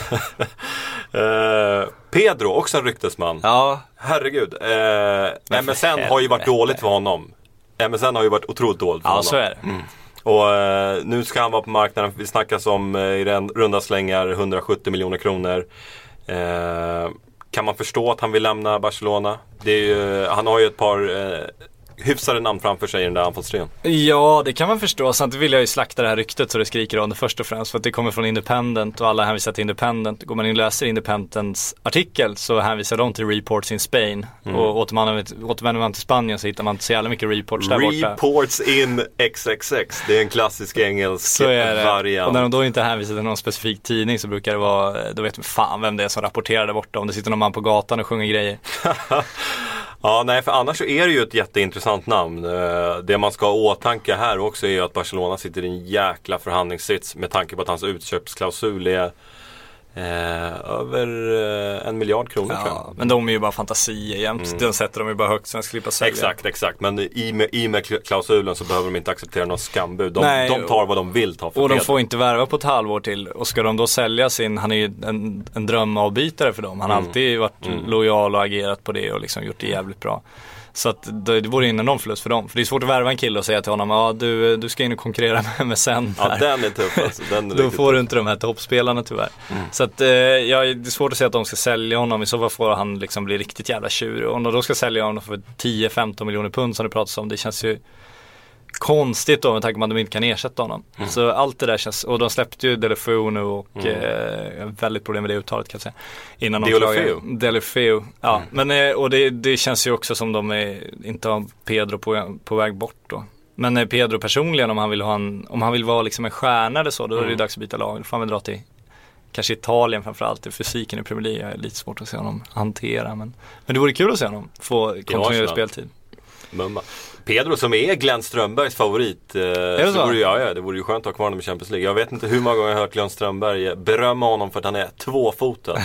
uh, Pedro, också en ryktesman. Ja. Herregud. Uh, M S N har ju varit dåligt för honom. M S N har ju varit otroligt dåligt för ja, honom. Så är det. Mm. Och uh, nu ska han vara på marknaden. Vi snackas om uh, i den runda slängar hundrasjuttio miljoner kronor. Uh, kan man förstå att han vill lämna Barcelona? Det är ju, han har ju ett par uh, hyfsade namn framför sig i den där anfallstrion. Ja, det kan man förstå. Samtidigt vill jag ju slakta det här ryktet så det skriker om det först och främst, för att det kommer från Independent och alla hänvisar till Independent. Går man in och läser Independents artikel så hänvisar de till reports in Spain. Mm. Och återvänder man till Spanien så hittar man så jävla mycket reports där borta. Reports in X X X. Det är en klassisk engelsk variant. Och när de då inte hänvisar till någon specifik tidning så brukar det vara, då vet man fan vem det är som rapporterar där borta. Om det sitter någon man på gatan och sjunger grejer. Ja, nej, för annars så är det ju ett jätteintressant namn. Det man ska ha åtanke här också är ju att Barcelona sitter i en jäkla förhandlingssits med tanke på att hans utköpsklausul är eh, över eh, en miljard kronor. Ja, men de är ju bara fantasier jämt. Mm. Den sätter de ju bara högt så de ska slippa sälja. Exakt, exakt. Men i med, i med klausulen så behöver de inte acceptera någon skambud. De, nej, de tar vad de vill ta för och Pedro. De får inte värva på ett halvår till. Och ska de då sälja sin, han är ju en, en drömavbytare för dem. Han har mm. alltid varit mm. lojal och agerat på det och liksom gjort det jävligt bra. Så att det, det vore en enorm förlust för dem. För det är svårt att värva en kille och säga till honom, ja du, du ska in och konkurrera med M S N här. Ja, den är tuff alltså. Den är Då får tuff. Du inte de här toppspelarna tyvärr. Mm. Så att eh, ja, det är svårt att säga att de ska sälja honom. I så fall får han liksom bli riktigt jävla tjurig. Och om de då ska sälja honom för tio femton miljoner pund som det pratas om, det känns ju konstigt då med tanke på att de inte kan ersätta honom. Mm. Så allt det där känns, och de släppte ju Deulofeu nu och mm. eh, väldigt problem med det uttalet kan jag säga. Innan de Deulofeu? Deulofeu, ja. Mm. Men, eh, och det, det känns ju också som de är, inte har Pedro på, på väg bort då. Men eh, Pedro personligen, om han vill ha en, om han vill vara liksom en stjärna eller så, då mm. är det dags att byta lag. Då får han väl dra till kanske Italien framförallt, i fysiken i Premier League är lite svårt att se honom hantera, men, men det vore kul att se honom få kontinuerlig speltid. Mumma. Pedro som är Glenn Strömbergs favorit, eh, det, så? Så vore, ja, ja, det vore ju skönt att ha kvar honom i Champions League. Jag vet inte hur många gånger jag har hört Glenn Strömberg berömma honom för att han är tvåfotad.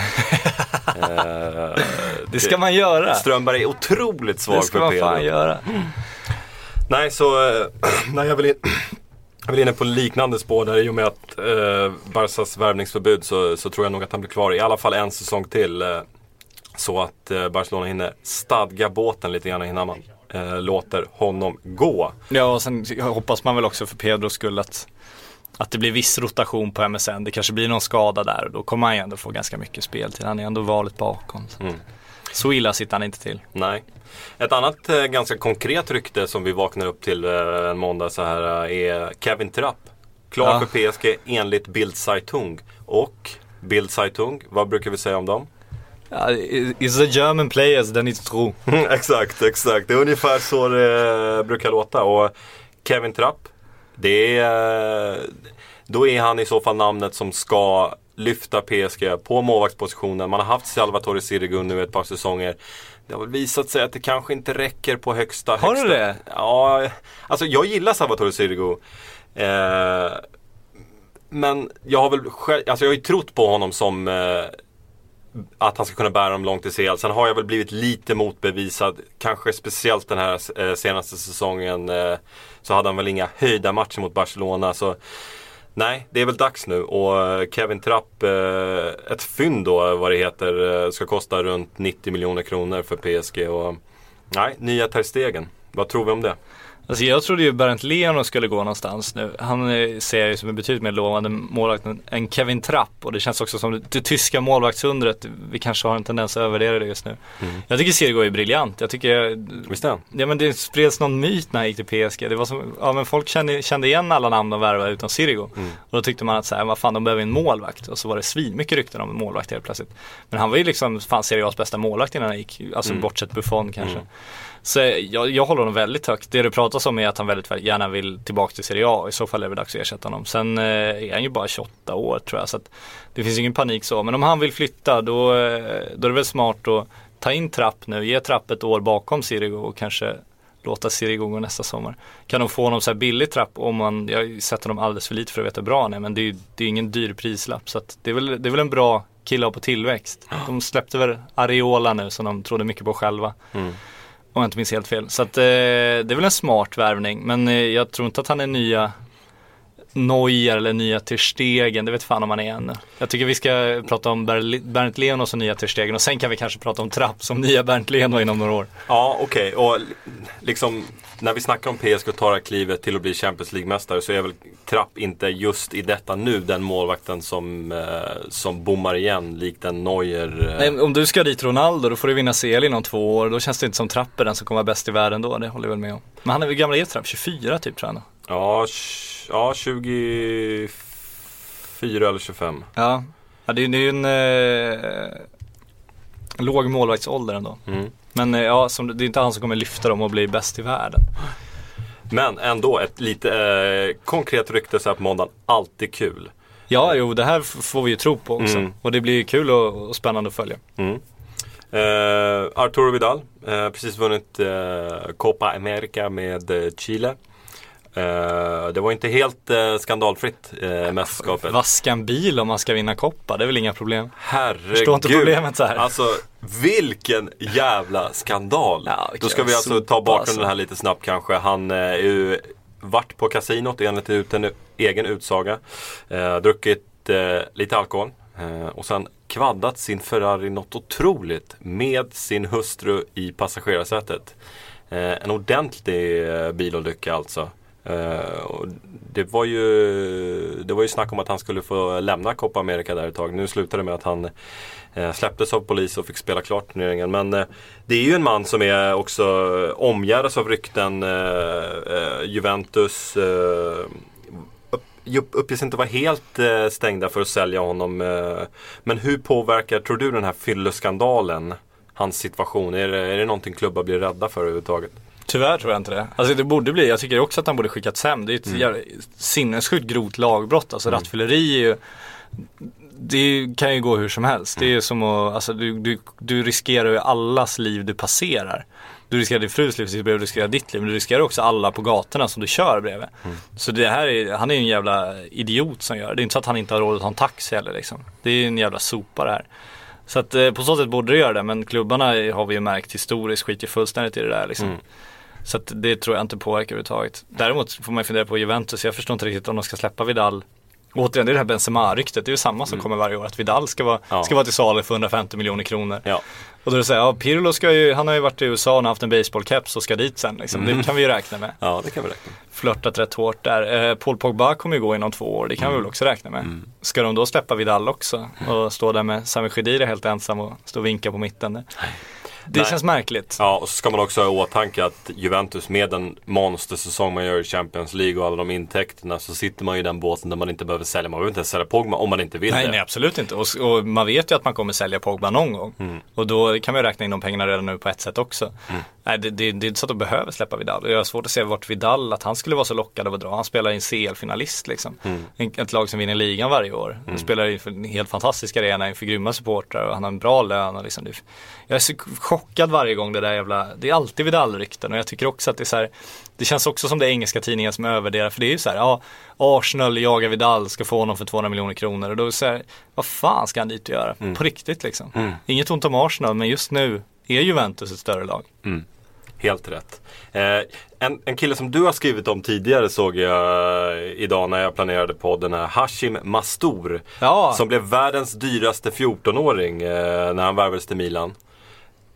eh, det ska man göra. Strömberg är otroligt svag för Pedro. Det ska man fan göra. Mm. Nej, så eh, nej, jag vill in, jag vill inne på liknande spår där. I och med att eh, Barsas värvningsförbud så, så tror jag nog att han blir kvar i alla fall en säsong till. Eh, så att eh, Barcelona hinner stadga båten lite grann innan man Eh, låter honom gå. Ja, och sen hoppas man väl också för Pedros skull att, att det blir viss rotation på M S N. Det kanske blir någon skada där och då kommer han ju ändå få ganska mycket spel till. Han är ändå valet bakom. Så, mm. så illa sitter han inte till. Nej. Ett annat eh, ganska konkret rykte som vi vaknar upp till eh, en måndag så här eh, är Kevin Trapp. Klar ja. för P S G enligt Bild Zeitung. Och Bild Zeitung, vad brukar vi säga om dem? Ja, is the German players, then it's true. Exakt, exakt. Det är ungefär så det brukar låta. Och Kevin Trapp, det är, då är han i så fall namnet som ska lyfta P S G på målvaktspositionen. Man har haft Salvatore Sirigu nu ett par säsonger. Det har väl visat sig att det kanske inte räcker på högsta. Har högsta. du det? Ja, alltså jag gillar Salvatore Sirigu. Eh, men jag har väl själv, alltså jag har ju trott på honom som eh, att han ska kunna bära dem långt i C L. Sen har jag väl blivit lite motbevisad. Kanske speciellt den här eh, senaste säsongen eh, så hade han väl inga höjda matcher mot Barcelona. Så nej, det är väl dags nu. Och Kevin Trapp, eh, ett fynd då vad det heter, eh, ska kosta runt nittio miljoner kronor för P S G. Och nej, nya Ter Stegen. Vad tror vi om det? Alltså jag trodde ju Bernd Leno skulle gå någonstans nu. Han ser jag ju som en betydligt mer lovande målvakt än Kevin Trapp. Och det känns också som det, det tyska målvaktsundret. Vi kanske har en tendens att övervärdera det just nu. Mm. Jag tycker Sirigu är briljant. Jag tycker... Visst är. Ja, men det spreds någon myt när jag gick till P S G. Det var som, ja, men folk kände, kände igen alla namn de värvade utan Sirigu. Mm. Och då tyckte man att så här, vad fan, de behöver en målvakt. Och så var det svin mycket rykten om en målvakt helt plötsligt. Men han var ju liksom fan Serie A's bästa målvakt innan han gick. Alltså mm. bortsett Buffon kanske. Mm. Så jag, jag håller honom väldigt högt. Det det pratas om är att han väldigt, väldigt gärna vill tillbaka till Serie A. I så fall är det dags att ersätta honom. Sen eh, är han ju bara tjugoåtta år tror jag. Så att det finns ingen panik så. Men om han vill flytta då, eh, då är det väl smart att ta in Trapp nu. Ge Trapp ett år bakom Sirigu och kanske låta Sirigu gå nästa sommar. Kan de få honom så här billig Trapp om man, jag sätter dem alldeles för lite för att veta bra nej, men det är, det är ingen dyr prislapp. Så att det, är väl, det är väl en bra kille på tillväxt. De släppte väl Areola nu som de trodde mycket på själva. Mm. Om jag inte minns helt fel. Så att, eh, det är väl en smart värvning. Men eh, jag tror inte att han är nya Neuer eller nya Ter Stegen. Det vet fan om han är ännu. Jag tycker vi ska prata om Ber- Bernd Leno som nya Ter Stegen. Och sen kan vi kanske prata om Trapp som nya Bernd Leno inom några år. Ja, okej. Okay. Och liksom när vi snackar om P S G och tar klivet till att bli Champions League-mästare så är väl Trapp inte just i detta nu den målvakten som, eh, som bommar igen likt en Neuer. Eh. Nej, om du ska dit Ronaldo då får du vinna C L inom två år. Då känns det inte som Trapp är den som kommer vara bäst i världen då. Det håller jag väl med om. Men han är väl gammal i Trapp, tjugofyra typ tror jag. Ja, ja tjugofyra eller tjugofem. Ja, ja det, det är ju en eh, låg målvaktsålder ändå. Mm. Men eh, ja, som, det är inte han som kommer lyfta dem och bli bäst i världen. Men ändå ett lite eh, konkret rykte så här på måndagen, alltid kul. Ja, jo, det här f- får vi ju tro på också. Mm. Och det blir kul och, och spännande att följa. Mm. Eh, Arturo Vidal, eh, precis vunnit eh, Copa America med eh, Chile. Uh, det var inte helt uh, skandalfritt uh, mästerskapet. Vaska en bil om man ska vinna Copa, det är väl inga problem. Herregud. Förstår inte problemet så här. Alltså, vilken jävla skandal. Ja, då ska vi alltså ta bakgrunden här lite snabbt kanske. Han är uh, ju varit på kasinot enligt ut en egen utsaga. Uh, druckit uh, lite alkohol. Uh, och sen kvaddat sin Ferrari något otroligt med sin hustru i passagerarsätet. Uh, en ordentlig uh, bilolycka alltså. Uh, och det var ju det var ju snack om att han skulle få lämna Copa America där ett tag. Nu slutade det med att han uh, släpptes av polis och fick spela klart turneringen. Men uh, det är ju en man som är också omgärdas av rykten. uh, uh, Juventus uh, upp, uppges inte vara helt uh, stängda för att sälja honom. uh, Men hur påverkar, tror du, den här fylleskandalen hans situation? Är det, är det någonting klubbar blir rädda för överhuvudtaget? Tyvärr tror jag inte det. Alltså det borde bli, jag tycker också att han borde skickats hem. Det är ett mm. sinnessjukt grovt lagbrott. Alltså mm. rattfylleri är ju, det kan ju gå hur som helst. Mm. Det är ju som att, alltså du, du, du riskerar ju allas liv du passerar. Du riskerar din frus liv, du riskerar ditt liv. Men du riskerar också alla på gatorna som du kör bredvid. Mm. Så det här är, han är ju en jävla idiot som gör. Det är inte så att han inte har råd att ha en taxi heller liksom. Det är ju en jävla sopa det här. Så att eh, på så sätt borde det göra det. Men klubbarna har vi ju märkt historiskt skiter fullständigt i det där liksom. Mm. Så att det tror jag inte påverkar överhuvudtaget. Däremot får man fundera på Juventus. Jag förstår inte riktigt om de ska släppa Vidal. Återigen, det är det här Benzema-ryktet. Det är ju samma som mm. kommer varje år. Att Vidal ska vara, ja. ska vara till salu för hundrafemtio miljoner kronor. Ja. Och då är det så här, ja, Pirlo ska ju, han har ju varit i U S A och haft en baseballcaps och ska dit sen. Liksom. Mm. Det kan vi ju räkna med. Ja, det kan vi räkna med. Flörtat rätt hårt där. Eh, Paul Pogba kommer ju gå inom två år. Det kan mm. vi väl också räkna med. Mm. Ska de då släppa Vidal också? Och stå där med Sami Khedira helt ensam och stå och vinka på mitten? Nej. Det Nej. känns märkligt. Ja, och så ska man också ha i åtanke att Juventus med en monstersäsong man gör i Champions League och alla de intäkterna, så sitter man ju i den båten där man inte behöver sälja. Man behöver inte sälja Pogba om man inte vill. Nej, det. nej absolut inte. Och, och man vet ju att man kommer sälja Pogba någon gång. Mm. Och då kan man räkna in de pengarna redan nu på ett sätt också. Mm. Nej, det, det, det är inte så att de behöver släppa Vidal. Jag har svårt att se vart Vidal, att han skulle vara så lockad av att dra. Han spelar i en C L-finalist liksom. Mm. Ett lag som vinner ligan varje år. Han mm. spelar i en helt fantastisk arena inför grymma supportrar och han har en bra lön. Och liksom. Jag är så chockad varje gång det där jävla, det är alltid Vidal-rykten. Och jag tycker också att det är så här, det känns också som det är engelska tidningar som övervärderar. För det är ju så här, ja, Arsenal jagar Vidal, ska få honom för tvåhundra miljoner kronor. Och då är det så här, vad fan ska han dit och göra? Mm. På riktigt liksom. Mm. Inget ont om Arsenal, men just nu är Juventus ett större lag. Mm. Helt rätt. Eh, en, en kille som du har skrivit om tidigare såg jag eh, idag när jag planerade podden här, Hashim Mastour. Ja. Som blev världens dyraste fjortonåring eh, när han värvades till Milan.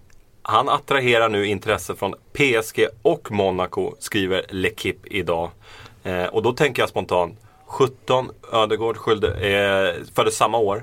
Han attraherar nu intresse från P S G och Monaco, skriver L'Equipe idag. Eh, och då tänker jag spontant, sjutton, Ödegård skylde, eh, föddes samma år.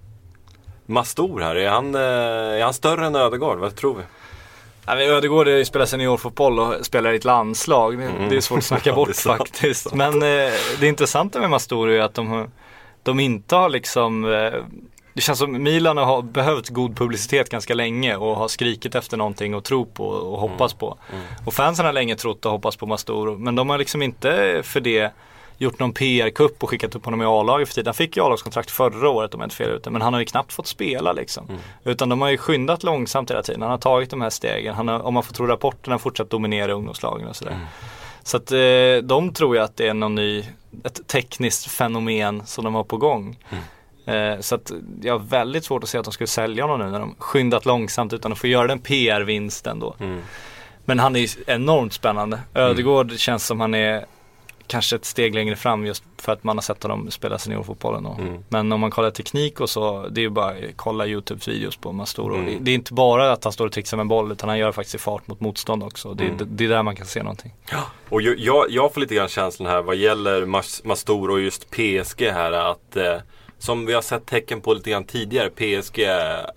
Mastor här, är han, eh, är han större än Ödegård? Vad tror vi? Ja, men Ödegård spelar seniorfotboll och spelar i ett landslag. Det, mm. det är svårt att snacka bort ja, faktiskt. Sant. Men eh, det intressanta med Mastor är att de, de inte har liksom... Eh, det känns som Milan har behövt god publicitet ganska länge och har skrikit efter någonting och tro på och hoppas mm. på. Mm. Och fansen har länge trott och hoppats på Mastor. Men de har liksom inte för det gjort någon P R-kupp och skickat upp honom i A-laget för tiden. Han fick ju A-lagskontrakt förra året om jag inte fel ute, men han har ju knappt fått spela liksom. Mm. Utan de har ju skyndat långsamt hela tiden. Han har tagit de här stegen. Han har, om man får tro rapporterna, fortsatt dominera ungdomslagen och sådär. Mm. Så att eh, de tror jag att det är någon ny, ett tekniskt fenomen som de har på gång. Mm. Eh, så att jag har väldigt svårt att se att de skulle sälja honom nu när de skyndat långsamt utan att få göra den P R-vinsten då. Mm. Men han är ju enormt spännande. Ödegård mm. känns som han är kanske ett steg längre fram just för att man har sett honom spela seniorfotbollen. Mm. Men om man kollar teknik och så, det är ju bara att kolla YouTube-videos på Mastor. Mm. Det är inte bara att han står och trixar med boll, utan han gör faktiskt i fart mot motstånd också. Det, mm. det, det är där man kan se någonting. Ja. Och jag, jag får lite grann känslan här vad gäller Mastor och just P S G här att eh, som vi har sett tecken på lite grann tidigare, P S G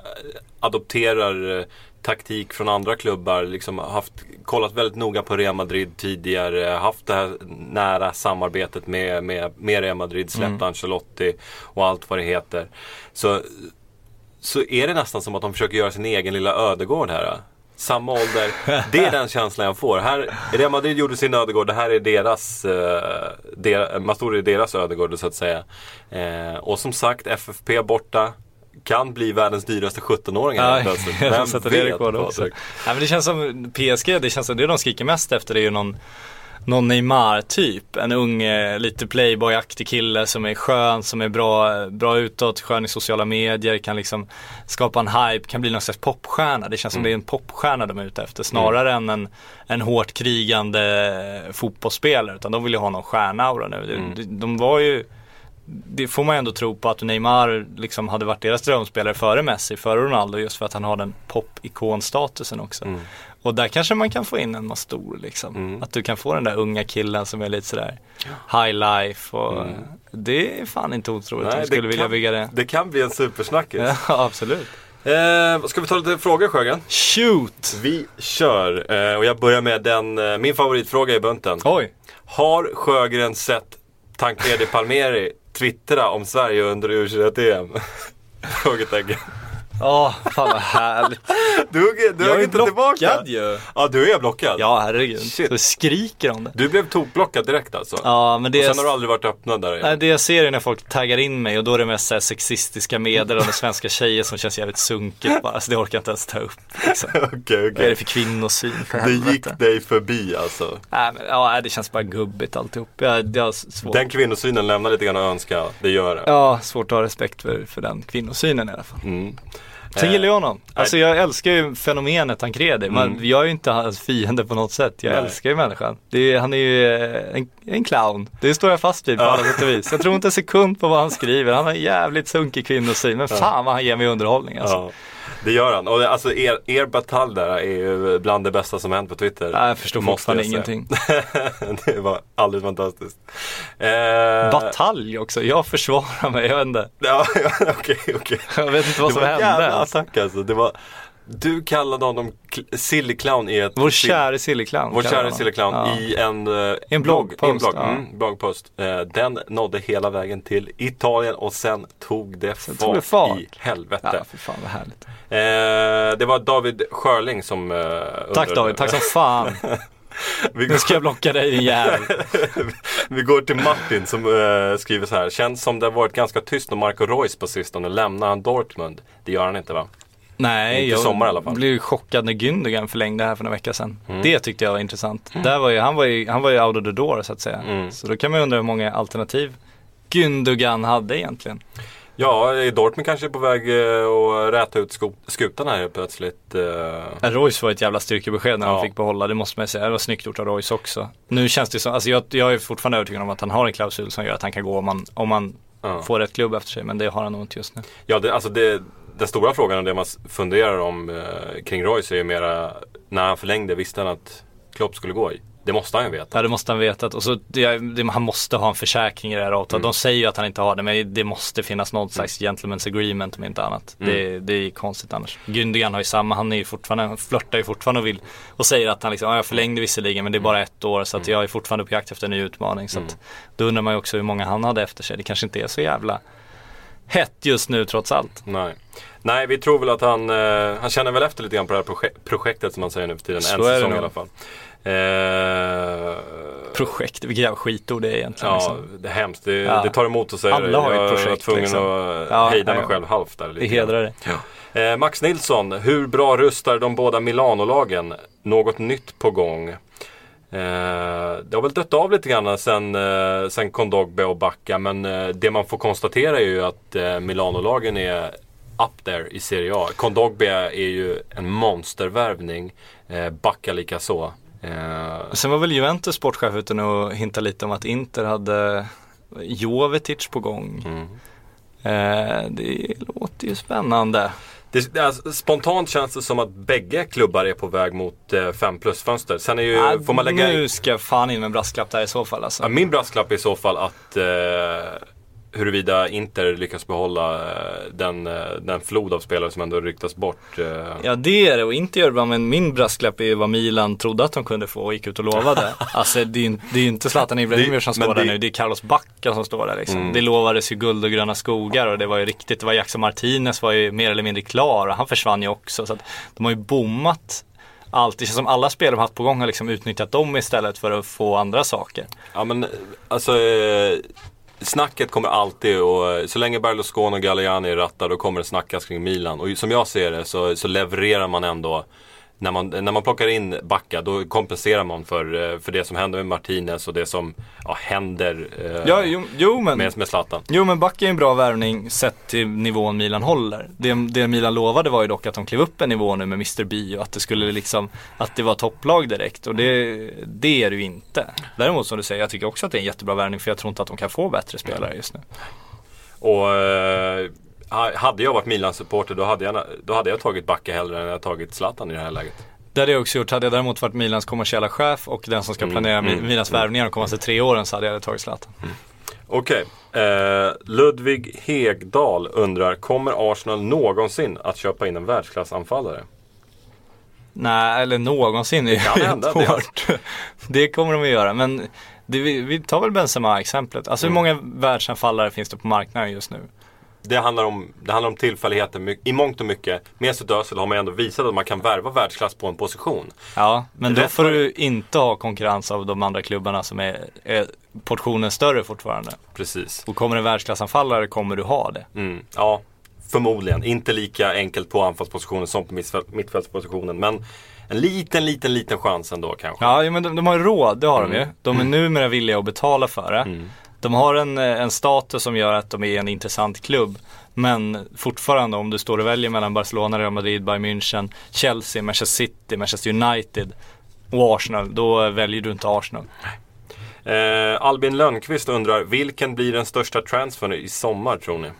adopterar eh, taktik från andra klubbar, liksom haft, kollat väldigt noga på Real Madrid tidigare, haft det här nära samarbetet med, med, med Real Madrid, släppt mm. Ancelotti och allt vad det heter. Så, så är det nästan som att de försöker göra sin egen lilla Ödegård här. Samma ålder, det är den känslan jag får. Här, Real Madrid gjorde sin Ödegård, det här är deras, eh, der, Mastor är deras Ödegård så att säga. Eh, och som sagt, F F P borta. Kan bli världens dyraste sjutton-åringar. Vem vet på ja, men det känns som P S G, det känns som det de skriker mest efter, det är ju någon, någon Neymar-typ. En ung, lite playboy-aktig kille som är skön, som är bra, bra utåt, skön i sociala medier, kan liksom skapa en hype, kan bli någon slags popstjärna. Det känns som mm. det är en popstjärna de är ute efter, snarare mm. än en, en hårt krigande fotbollsspelare. Utan de vill ju ha någon stjärnaura nu. Mm. De, de var ju... Det får man ändå tro på att Neymar liksom hade varit deras drömspelare före Messi, före Ronaldo, just för att han har den pop-ikon-statusen också. Mm. Och där kanske man kan få in en Mastor liksom. Mm. Att du kan få den där unga killen som är lite sådär high life och mm. det är fan inte otroligt. Nej, jag skulle vilja kan, bygga det. Det kan bli en supersnackis. Ja, absolut. Eh, ska vi ta lite frågor, Sjögren? Shoot! Vi kör. Eh, och jag börjar med den, eh, min favoritfråga i bunten. Oj. Har Sjögren sett Tancredi Palmieri twittra om Sverige under U tjugoett-E M? Frågetecken. Ja, oh, fan vad härligt. Du, du jag är inte blockad ju. Ja, du är blockad. Ja, herregud. Shit. Så skriker om det. Du blev tokblockad direkt alltså. Ja, men det och sen har du aldrig varit öppnad där igen. Nej, det jag ser är när folk taggar in mig och då är det mest så här sexistiska meddelanden svenska tjejer som känns jävligt sunkigt bara. Så det orkar jag inte ens ta upp liksom. Okej, okej. Okay, okay. Vad är det för kvinnosyn? För det gick dig förbi alltså. Nej, men, ja, det känns bara gubbigt alltihop. Jag, jag svårt. Den kvinnosynen lämnar lite grann att önska. Det gör det. Ja, svårt att ha respekt för, för den kvinnosynen i alla fall. Mm. Sen gillar jag honom. Alltså jag älskar ju fenomenet Tancredi. Man, mm. Jag är ju inte hans fiende på något sätt. Jag Nej. älskar ju människan. Det är, han är ju en, en clown. Det står jag fast vid på alla sätt och vis. Jag tror inte en sekund på vad han skriver. Han har en jävligt sunkig kvinnosyn. Men fan vad han ger mig underhållning alltså. Ja. Det gör han. Och alltså er, er batalj där är ju bland det bästa som hänt på Twitter. Nej, jag förstår fortfarande ingenting. Det var alldeles fantastiskt. Eh... Batalj också. Jag försvarar mig, jag vet inte. Ja, okej, okej. Okay, okay. Jag vet inte vad som hände. Det var en jävla attack alltså. Det var... Du kallade honom silly clown i ett... Vår kära silly clown. Vår kära silly clown ja. i en, uh, en bloggpost. En blogg, ja. mm, bloggpost. Uh, den nådde hela vägen till Italien och sen tog det, sen fart, tog det fart i helvete. Ja, för fan vad härligt. Uh, det var David Schörling som... Uh, tack David, tack som fan. Vi nu ska jag blocka dig din jävel. Vi går till Martin som uh, skriver så här. Känns som det har varit ganska tyst om Marco Reus på sistone. Lämnar han Dortmund? Det gör han inte va? Nej, jag sommar, i alla fall. blev chockad när Gündogan förlängde här för några veckor sedan. Mm. Det tyckte jag var intressant. Mm. Där var ju, han, var ju, han var ju out of the door så att säga. Mm. Så då kan man undra hur många alternativ Gündogan hade egentligen. Ja, Dortmund kanske är på väg att räta ut skutan här plötsligt. Uh... Reus var ett jävla styrkebesked när ja. han fick behålla, det måste man säga. Det var snyggt gjort av Reus också. Nu känns det som, alltså jag, jag är fortfarande övertygad om att han har en klausul som gör att han kan gå om man, om man ja. får ett klubb efter sig. Men det har han nog inte just nu. Ja, det, alltså det... den stora frågan och det man funderar om eh, kring Royce är ju mera, när han förlängde visste han att Klopp skulle gå i. Det måste han ju veta. Ja, det måste han veta. Och så, det, det, han måste ha en försäkring i det här avtalet. Mm. De säger ju att han inte har det, men det måste finnas något slags mm. gentleman's agreement om inte annat. Mm. Det, det är konstigt annars. Gündogan har ju samma, han är ju fortfarande, han flörtar ju fortfarande och vill och säger att han liksom, ja, jag förlängde visserligen, men det är bara ett år, så att jag är fortfarande på jakt efter en ny utmaning. Så att, då undrar man ju också hur många han hade efter sig. Det kanske inte är så jävla hett just nu trots allt. Nej. Nej, vi tror väl att han eh, han känner väl efter lite grann på det här proje- projektet som man säger nu för tiden. Så en säsong i alla fall. Eh, projekt, vilket jävla skitord det är egentligen. Ja, liksom. det är hemskt. Det, ja. det tar emot att säga det. Alla har jag ett projekt. var tvungen liksom. att ja, hejda mig ja. själv halvt där. Lite det hedrar det. Ja. Eh, Max Nilsson, hur bra rustar de båda Milano-lagen? Något nytt på gång? Eh, det har väl dött av lite grann sen, eh, sen Kondogbia och Bacca, men eh, det man får konstatera är ju att eh, Milano-lagen är up there i Serie A. Kondogbia är ju en monstervärvning, eh, Bacca lika så. Eh, Sen var väl Juventus sportchef utan att hinta lite om att Inter hade Jovetic på gång. Mm. Eh, det låter ju spännande. Det, alltså, spontant känns det som att bägge klubbar är på väg mot eh, fem plus-fönster. Sen är ju, ah, får man lägga nu ska jag fan in med en brasklapp där i så fall. Alltså. Ja, min brasklapp är i så fall att eh, huruvida Inter lyckas behålla eh, den, eh, den flod av spelare som ändå ryktas bort. Eh. Ja, det är det, och inte gör det bra, men min brasklapp är vad Milan trodde att de kunde få och gick ut och lovade. Alltså det är ju det är inte Zlatan Ibrahimovic som står där det... nu, det är Carlos Bacca som står där liksom. Mm. Det lovades ju guld och gröna skogar och det var ju riktigt, det var Jackson Martinez var ju mer eller mindre klar och han försvann ju också, så att de har ju bommat allt. Det känns som alla spelare de haft på gång har liksom utnyttjat dem istället för att få andra saker. Ja, men alltså eh, snacket kommer alltid, och så länge Berlusconi och Galliani rattar, då kommer det snackas kring Milan. Och som jag ser det så, så levererar man ändå. När man, när man plockar in Bacca, då kompenserar man för, för det som händer med Martinez och det som ja, händer eh, ja, jo, jo, men, med, med Zlatan. Jo, men Bacca är en bra värvning sett till nivån Milan håller. Det, det Milan lovade var ju dock att de klev upp en nivå nu med mister B och att det skulle liksom, att det var topplag direkt, och det, det är det ju inte. Däremot som du säger, jag tycker också att det är en jättebra värvning, för jag tror inte att de kan få bättre spelare just nu. Och eh, hade jag varit Milan-supporter, då hade jag, då hade jag tagit Bacca hellre än jag tagit Zlatan i det här läget. Det hade jag också gjort. Hade jag däremot varit Milans kommersiella chef och den som ska planera mm, mm, Milans mm. värvningar de kommande tre åren, så hade jag tagit Zlatan. Mm. Okej. Okay. Eh, Ludvig Hegdal undrar, kommer Arsenal någonsin att köpa in en världsklassanfallare? Nej, eller någonsin är det helt hårt. Det, det kommer de att göra, men det, vi, vi tar väl Benzema-exemplet. Alltså mm. hur många världsanfallare finns det på marknaden just nu? Det handlar om, det handlar om tillfälligheter i mångt och mycket. Mesut Özil har man ändå visat att man kan värva världsklass på en position. Ja, men då Rätt får för... du inte ha konkurrens av de andra klubbarna som är, är portionen större fortfarande. Precis. Och kommer en världsklassanfallare kommer du ha det. Mm, ja, förmodligen. Inte lika enkelt på anfallspositionen som på mittfältspositionen. Men en liten, liten, liten chans ändå kanske. Ja, men de, de har ju råd, det har mm. de ju. De är numera villiga att betala för det. Mm. De har en, en status som gör att de är en intressant klubb. Men fortfarande, om du står och väljer mellan Barcelona, Real Madrid, Bayern München, Chelsea, Manchester City, Manchester United och Arsenal, då väljer du inte Arsenal. eh, Albin Lönnqvist undrar, vilken blir den största transfern i sommar tror ni?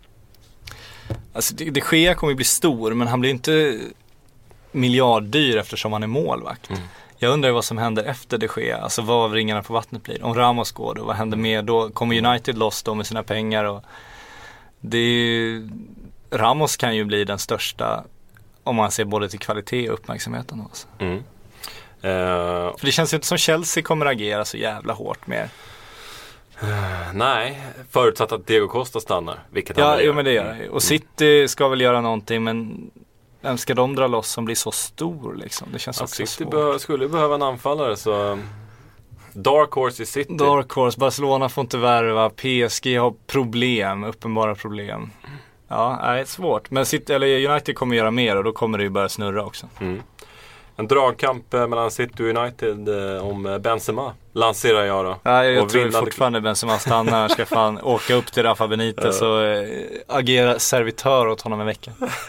Alltså det, det Gea kommer bli stor, men han blir inte miljarddyr eftersom han är målvakt. Mm. Jag undrar vad som händer efter det sker. Alltså vad ringarna på vattnet blir. Om Ramos går då, vad händer med då? Kommer United loss då med sina pengar? Och det är, Ramos kan ju bli den största, om man ser både till kvalitet och uppmärksamheten. Alltså. Mm. Uh... För det känns ju inte som Chelsea kommer agera så jävla hårt mer. Uh, nej, förutsatt att Diego Costa stannar. Vilket ja, han jo, men det gör det. Och City ska väl göra någonting, men vem ska de dra loss som blir så stor liksom? Det känns ja, också City svårt. Be- skulle behöva en anfallare, så Dark Horse i City. Dark Horse, Barcelona får inte värva, P S G har problem, uppenbara problem. Ja, det är svårt. Men City, eller United kommer göra mer och då kommer det ju börja snurra också. Mm. En dragkamp mellan City och United eh, om Benzema lanserar jag då. Ja, jag och tror vinna... fortfarande Benzema stannar. Ska fan åka upp till Rafa Benitez och eh, agera servitör åt honom en vecka.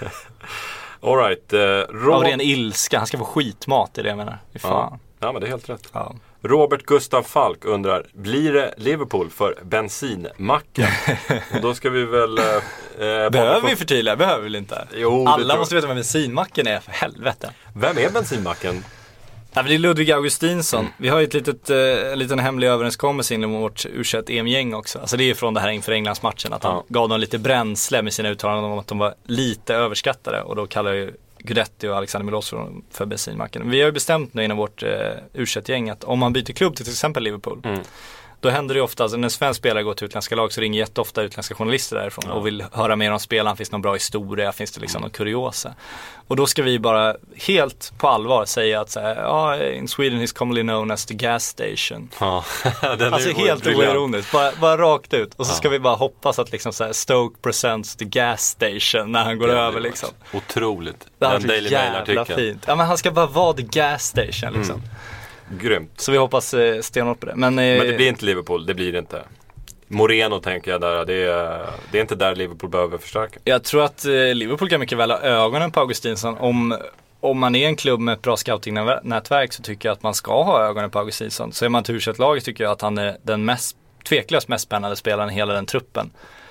All right, eh, Ro- Av ren ilska, han ska få skitmat, är det jag menar. Fan. Ja. ja, men det är helt rätt. Ja. Robert Gustav Falk undrar, blir det Liverpool för bensinmacken? Och då ska vi väl... Eh, behöver få... vi förtydliga? Behöver vi inte? Jo, alla måste veta vad bensinmacken är, för helvete. Vem är bensinmacken? Ja, det är Ludvig Augustinsson. Mm. Vi har ju ett litet, eh, en liten hemlig överenskommelse inom vårt U tjugoett-E M-gäng också. Alltså det är från det här inför Englandsmatchen att han ja. gav dem lite bränsle med sina uttalanden om att de var lite överskattade. Och då kallar ju Gudetti och Alexander Milosevic för bensinmacken. Vi har ju bestämt nu inom vårt eh, U tjugoett-gäng att om man byter klubb till till exempel Liverpool, mm. då händer det ju ofta, alltså när en svensk spelare går till utländska lag så ringer jätteofta utländska journalister därifrån ja. och vill höra mer om spelaren, finns det någon bra historia, finns det liksom mm. någon kuriosa. Och då ska vi bara helt på allvar säga att så här, ja, in Sweden is commonly known as the gas station. Ja, den alltså är helt oironiskt, bara, bara rakt ut. Och så ja. ska vi bara hoppas att liksom så här, Stoke presents the gas station när han går den över liksom. Otroligt. Det är så jävla fint. Ja, men han ska bara vara the gas station liksom. Mm. Grymt. Så vi hoppas eh, stenhårt på det. Men, eh, Men det blir inte Liverpool, det blir det inte. Moreno tänker jag där, det är, det är inte där Liverpool behöver förstärka. Jag tror att eh, Liverpool kan mycket väl ha ögonen på Augustinsson. Om, om man är en klubb med ett bra scouting-nätverk så tycker jag att man ska ha ögonen på Augustinsson. Så är man till U tjugoett-laget tycker jag att han är den mest, tveklöst mest spännande spelaren i hela den truppen.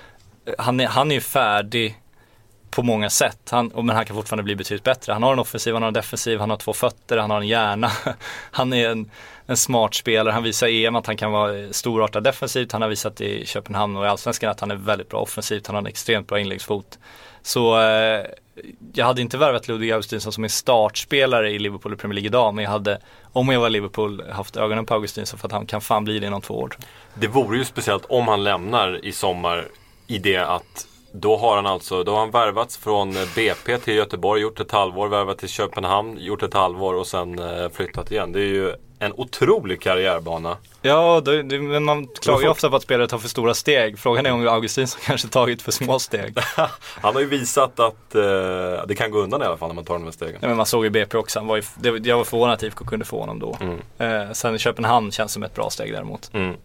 Han är, han är ju färdig på många sätt, han, men han kan fortfarande bli betydligt bättre. Han har en offensiv, han har en defensiv, han har två fötter, han har en hjärna. Han är en, en smart spelare, han visar E M att han kan vara storartad defensivt, han har visat i Köpenhamn och i Allsvenskan att han är väldigt bra offensivt, han har en extremt bra inläggsfot. Så eh, jag hade inte värvat Ludvig Augustinsson som en startspelare i Liverpool i Premier League idag, men jag hade, om jag var Liverpool, haft ögonen på Augustinsson för att han kan fan bli det inom två år. Det vore ju speciellt om han lämnar i sommar i det att Då har han alltså, då har han värvats från B P till Göteborg, gjort ett halvår, värvat till Köpenhamn, gjort ett halvår och sen eh, flyttat igen. Det är ju en otrolig karriärbana. Ja, det, det, men man klagar ju ofta på att spelare tar för stora steg. Frågan är om Augustinsson kanske tagit för små steg. Han har ju visat att eh, det kan gå undan i alla fall när man tar de här stegen. Ja, men man såg ju B P också, han var ju, det, jag var förvånad att I F K kunde få honom då. Mm. Eh, sen i Köpenhamn känns som ett bra steg däremot. Mm.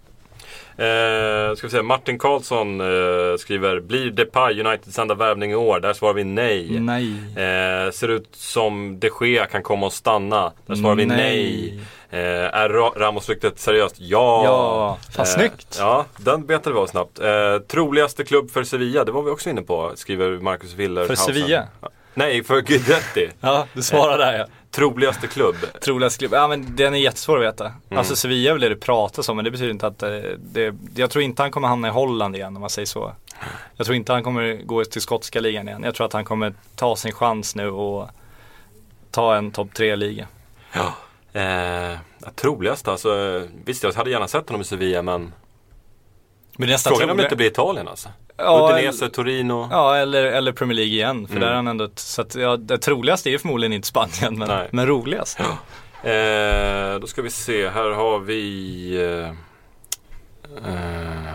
Eh, ska vi säga, Martin Karlsson eh, skriver, blir Depay Uniteds enda värvning i år? Där svarar vi nej. nej. Eh, ser ut som De Gea kan komma och stanna. Där svarar vi nej. nej. Eh, är Ramos-ryktet seriöst? Ja. Ja, fan eh, snyggt. Ja, den betade vi av snabbt. Eh, troligaste klubb för Sevilla, det var vi också inne på, skriver Marcus Willer. För Sevilla? Ja. Nej, för Guidetti. Ja, du svarar där ja. Troligaste klubb. Troligaste klubb. Ja, men den är jättesvår att veta. Mm. Alltså Sevilla vill det pratas om, men det betyder inte att det, det, jag tror inte han kommer hamna i Holland igen om man säger så. Jag tror inte han kommer gå till skotska ligan igen. Jag tror att han kommer ta sin chans nu och ta en topp tre-liga. Ja. Eh, troligast alltså, visst jag hade gärna sett honom i Sevilla, men, men frågan om det inte blir Italien alltså. Ja, Udinese, eller, Torino. Ja, eller, eller Premier League igen. För mm. där är han ändå ett, så att, ja, det troligaste är ju förmodligen inte Spanien, men, men roligast. Ja. Eh, då ska vi se, här har vi eh, eh,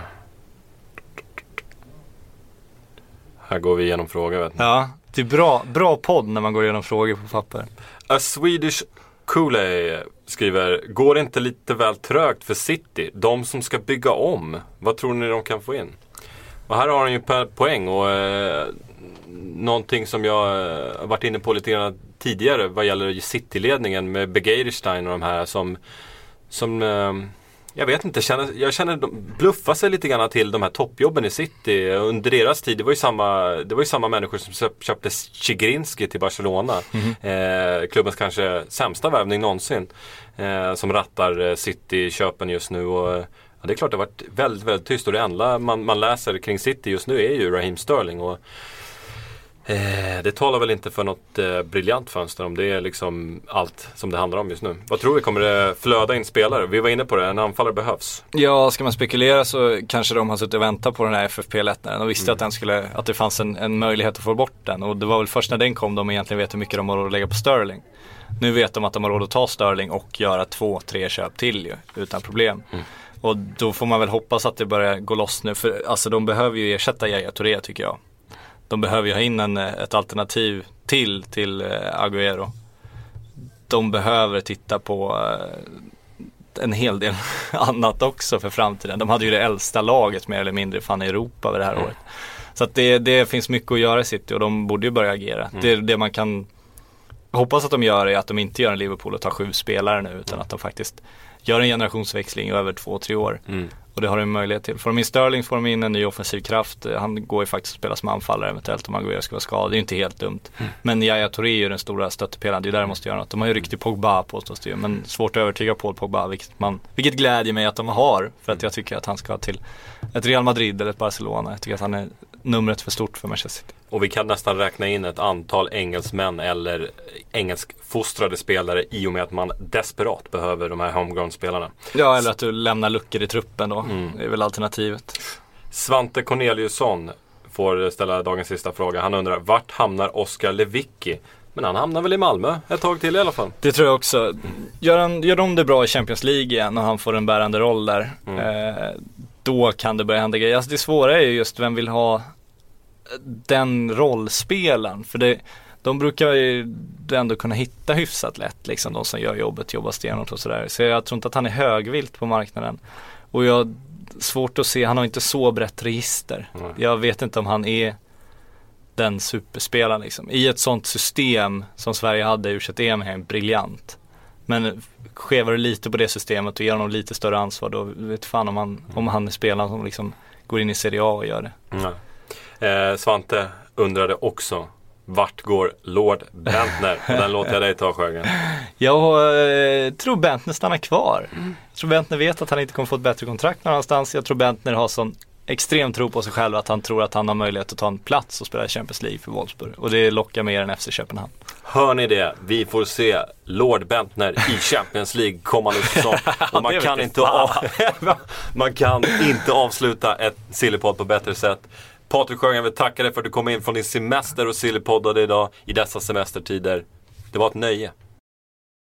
här går vi igenom frågor, vet ni. Ja, det är bra, bra podd när man går igenom frågor på papper. A Swedish Koolay skriver, går det inte lite väl trögt för City? De som ska bygga om, vad tror ni de kan få in? Och här har han ju poäng och eh, någonting som jag eh, varit inne på lite grann tidigare vad gäller City-ledningen med Begeirstein och de här som, som eh, jag vet inte, känner, jag känner de bluffar sig lite grann till de här toppjobben i City under deras tid. Det var ju samma, det var ju samma människor som köpte Chigrinski till Barcelona. Mm-hmm. Eh, klubbens kanske sämsta värvning någonsin. Eh, som rattar City-köpen just nu och ja, det är klart det har varit väldigt, väldigt tyst och det enda man, man läser kring City just nu är ju Raheem Sterling och eh, det talar väl inte för något eh, briljant fönster om det är liksom allt som det handlar om just nu. Vad tror vi, kommer det flöda in spelare? Vi var inne på det, en anfallare behövs. Ja, ska man spekulera så kanske de har suttit och väntat på den här F F P-lättnaden och visste mm. att, den skulle, att det fanns en, en möjlighet att få bort den och det var väl först när den kom de egentligen vet hur mycket de har råd att lägga på Sterling. Nu vet de att de har råd att ta Sterling och göra två, tre köp till ju, utan problem. Mm. Och då får man väl hoppas att det börjar gå loss nu. För alltså de behöver ju ersätta Yaya Touré tycker jag. De behöver ju ha in en, ett alternativ till till äh, Agüero. De behöver titta på äh, en hel del annat också för framtiden. De hade ju det äldsta laget mer eller mindre fan i Europa över det här mm. året. Så att det, det finns mycket att göra i City och de borde ju börja agera. Mm. Det, det man kan hoppas att de gör är att de inte gör en Liverpool och tar sju spelare nu utan mm. att de faktiskt gör en generationsväxling över två, tre år. Mm. Och det har de möjlighet till. Får de in Sterling, får de in en ny offensiv kraft. Han går ju faktiskt att spela som anfallare eventuellt om Aguero ska vara skadad. Det är ju inte helt dumt. Mm. Men Yaya Touré är ju den stora stöttepelaren. Det är där de måste göra något. De har ju riktigt Pogba påstås det ju. Men svårt att övertyga Paul Pogba. Vilket, man, vilket glädjer mig att de har. För att jag tycker att han ska till ett Real Madrid eller ett Barcelona. Jag tycker att han är numret för stort för Manchester City. Och vi kan nästan räkna in ett antal engelsmän eller engelskfostrade spelare i och med att man desperat behöver de här homegrown-spelarna. Ja, eller att du lämnar luckor i truppen då. Mm. Det är väl alternativet. Svante Corneliusson får ställa dagens sista fråga. Han undrar, vart hamnar Oskar Lewicki? Men han hamnar väl i Malmö ett tag till i alla fall. Det tror jag också. Gör, han, gör de det bra i Champions League igen och han får en bärande roll där. Mm. Eh, då kan det börja hända grejer. Alltså det svåra är ju just vem vill ha den rollspelaren. För det, de brukar ju ändå kunna hitta hyfsat lätt. Liksom, de som gör jobbet, jobbar stenhårt och sådär. Så jag tror inte att han är högvilt på marknaden. Och jag har svårt att se, han har inte så brett register. Mm. Jag vet inte om han är den superspelaren liksom. I ett sånt system som Sverige hade i U tjugoett E M är briljant. Men skevar du lite på det systemet och ger honom lite större ansvar, då vet fan om han, om han är spelaren som liksom går in i Serie A och gör det. Mm. Eh, Svante undrade också, vart går Lord Bentner? Och den låter jag dig ta, Sjögren. Jag eh, tror Bentner stannar kvar. Mm. Jag tror Bentner vet att han inte kommer få ett bättre kontrakt någonstans. Jag tror Bentner har sån extrem tro på sig själv att han tror att han har möjlighet att ta en plats och spela Champions League för Wolfsburg. Och det lockar mer än F C Köpenhamn. Hör ni det? Vi får se Lord Bentner i Champions League kommande säsong. Och man, kan inte av... man kan inte avsluta ett Sillypodd på bättre sätt. Patrik Sjögren, jag vill tacka dig för att du kom in från din semester och Sillypoddade idag i dessa semestertider. Det var ett nöje.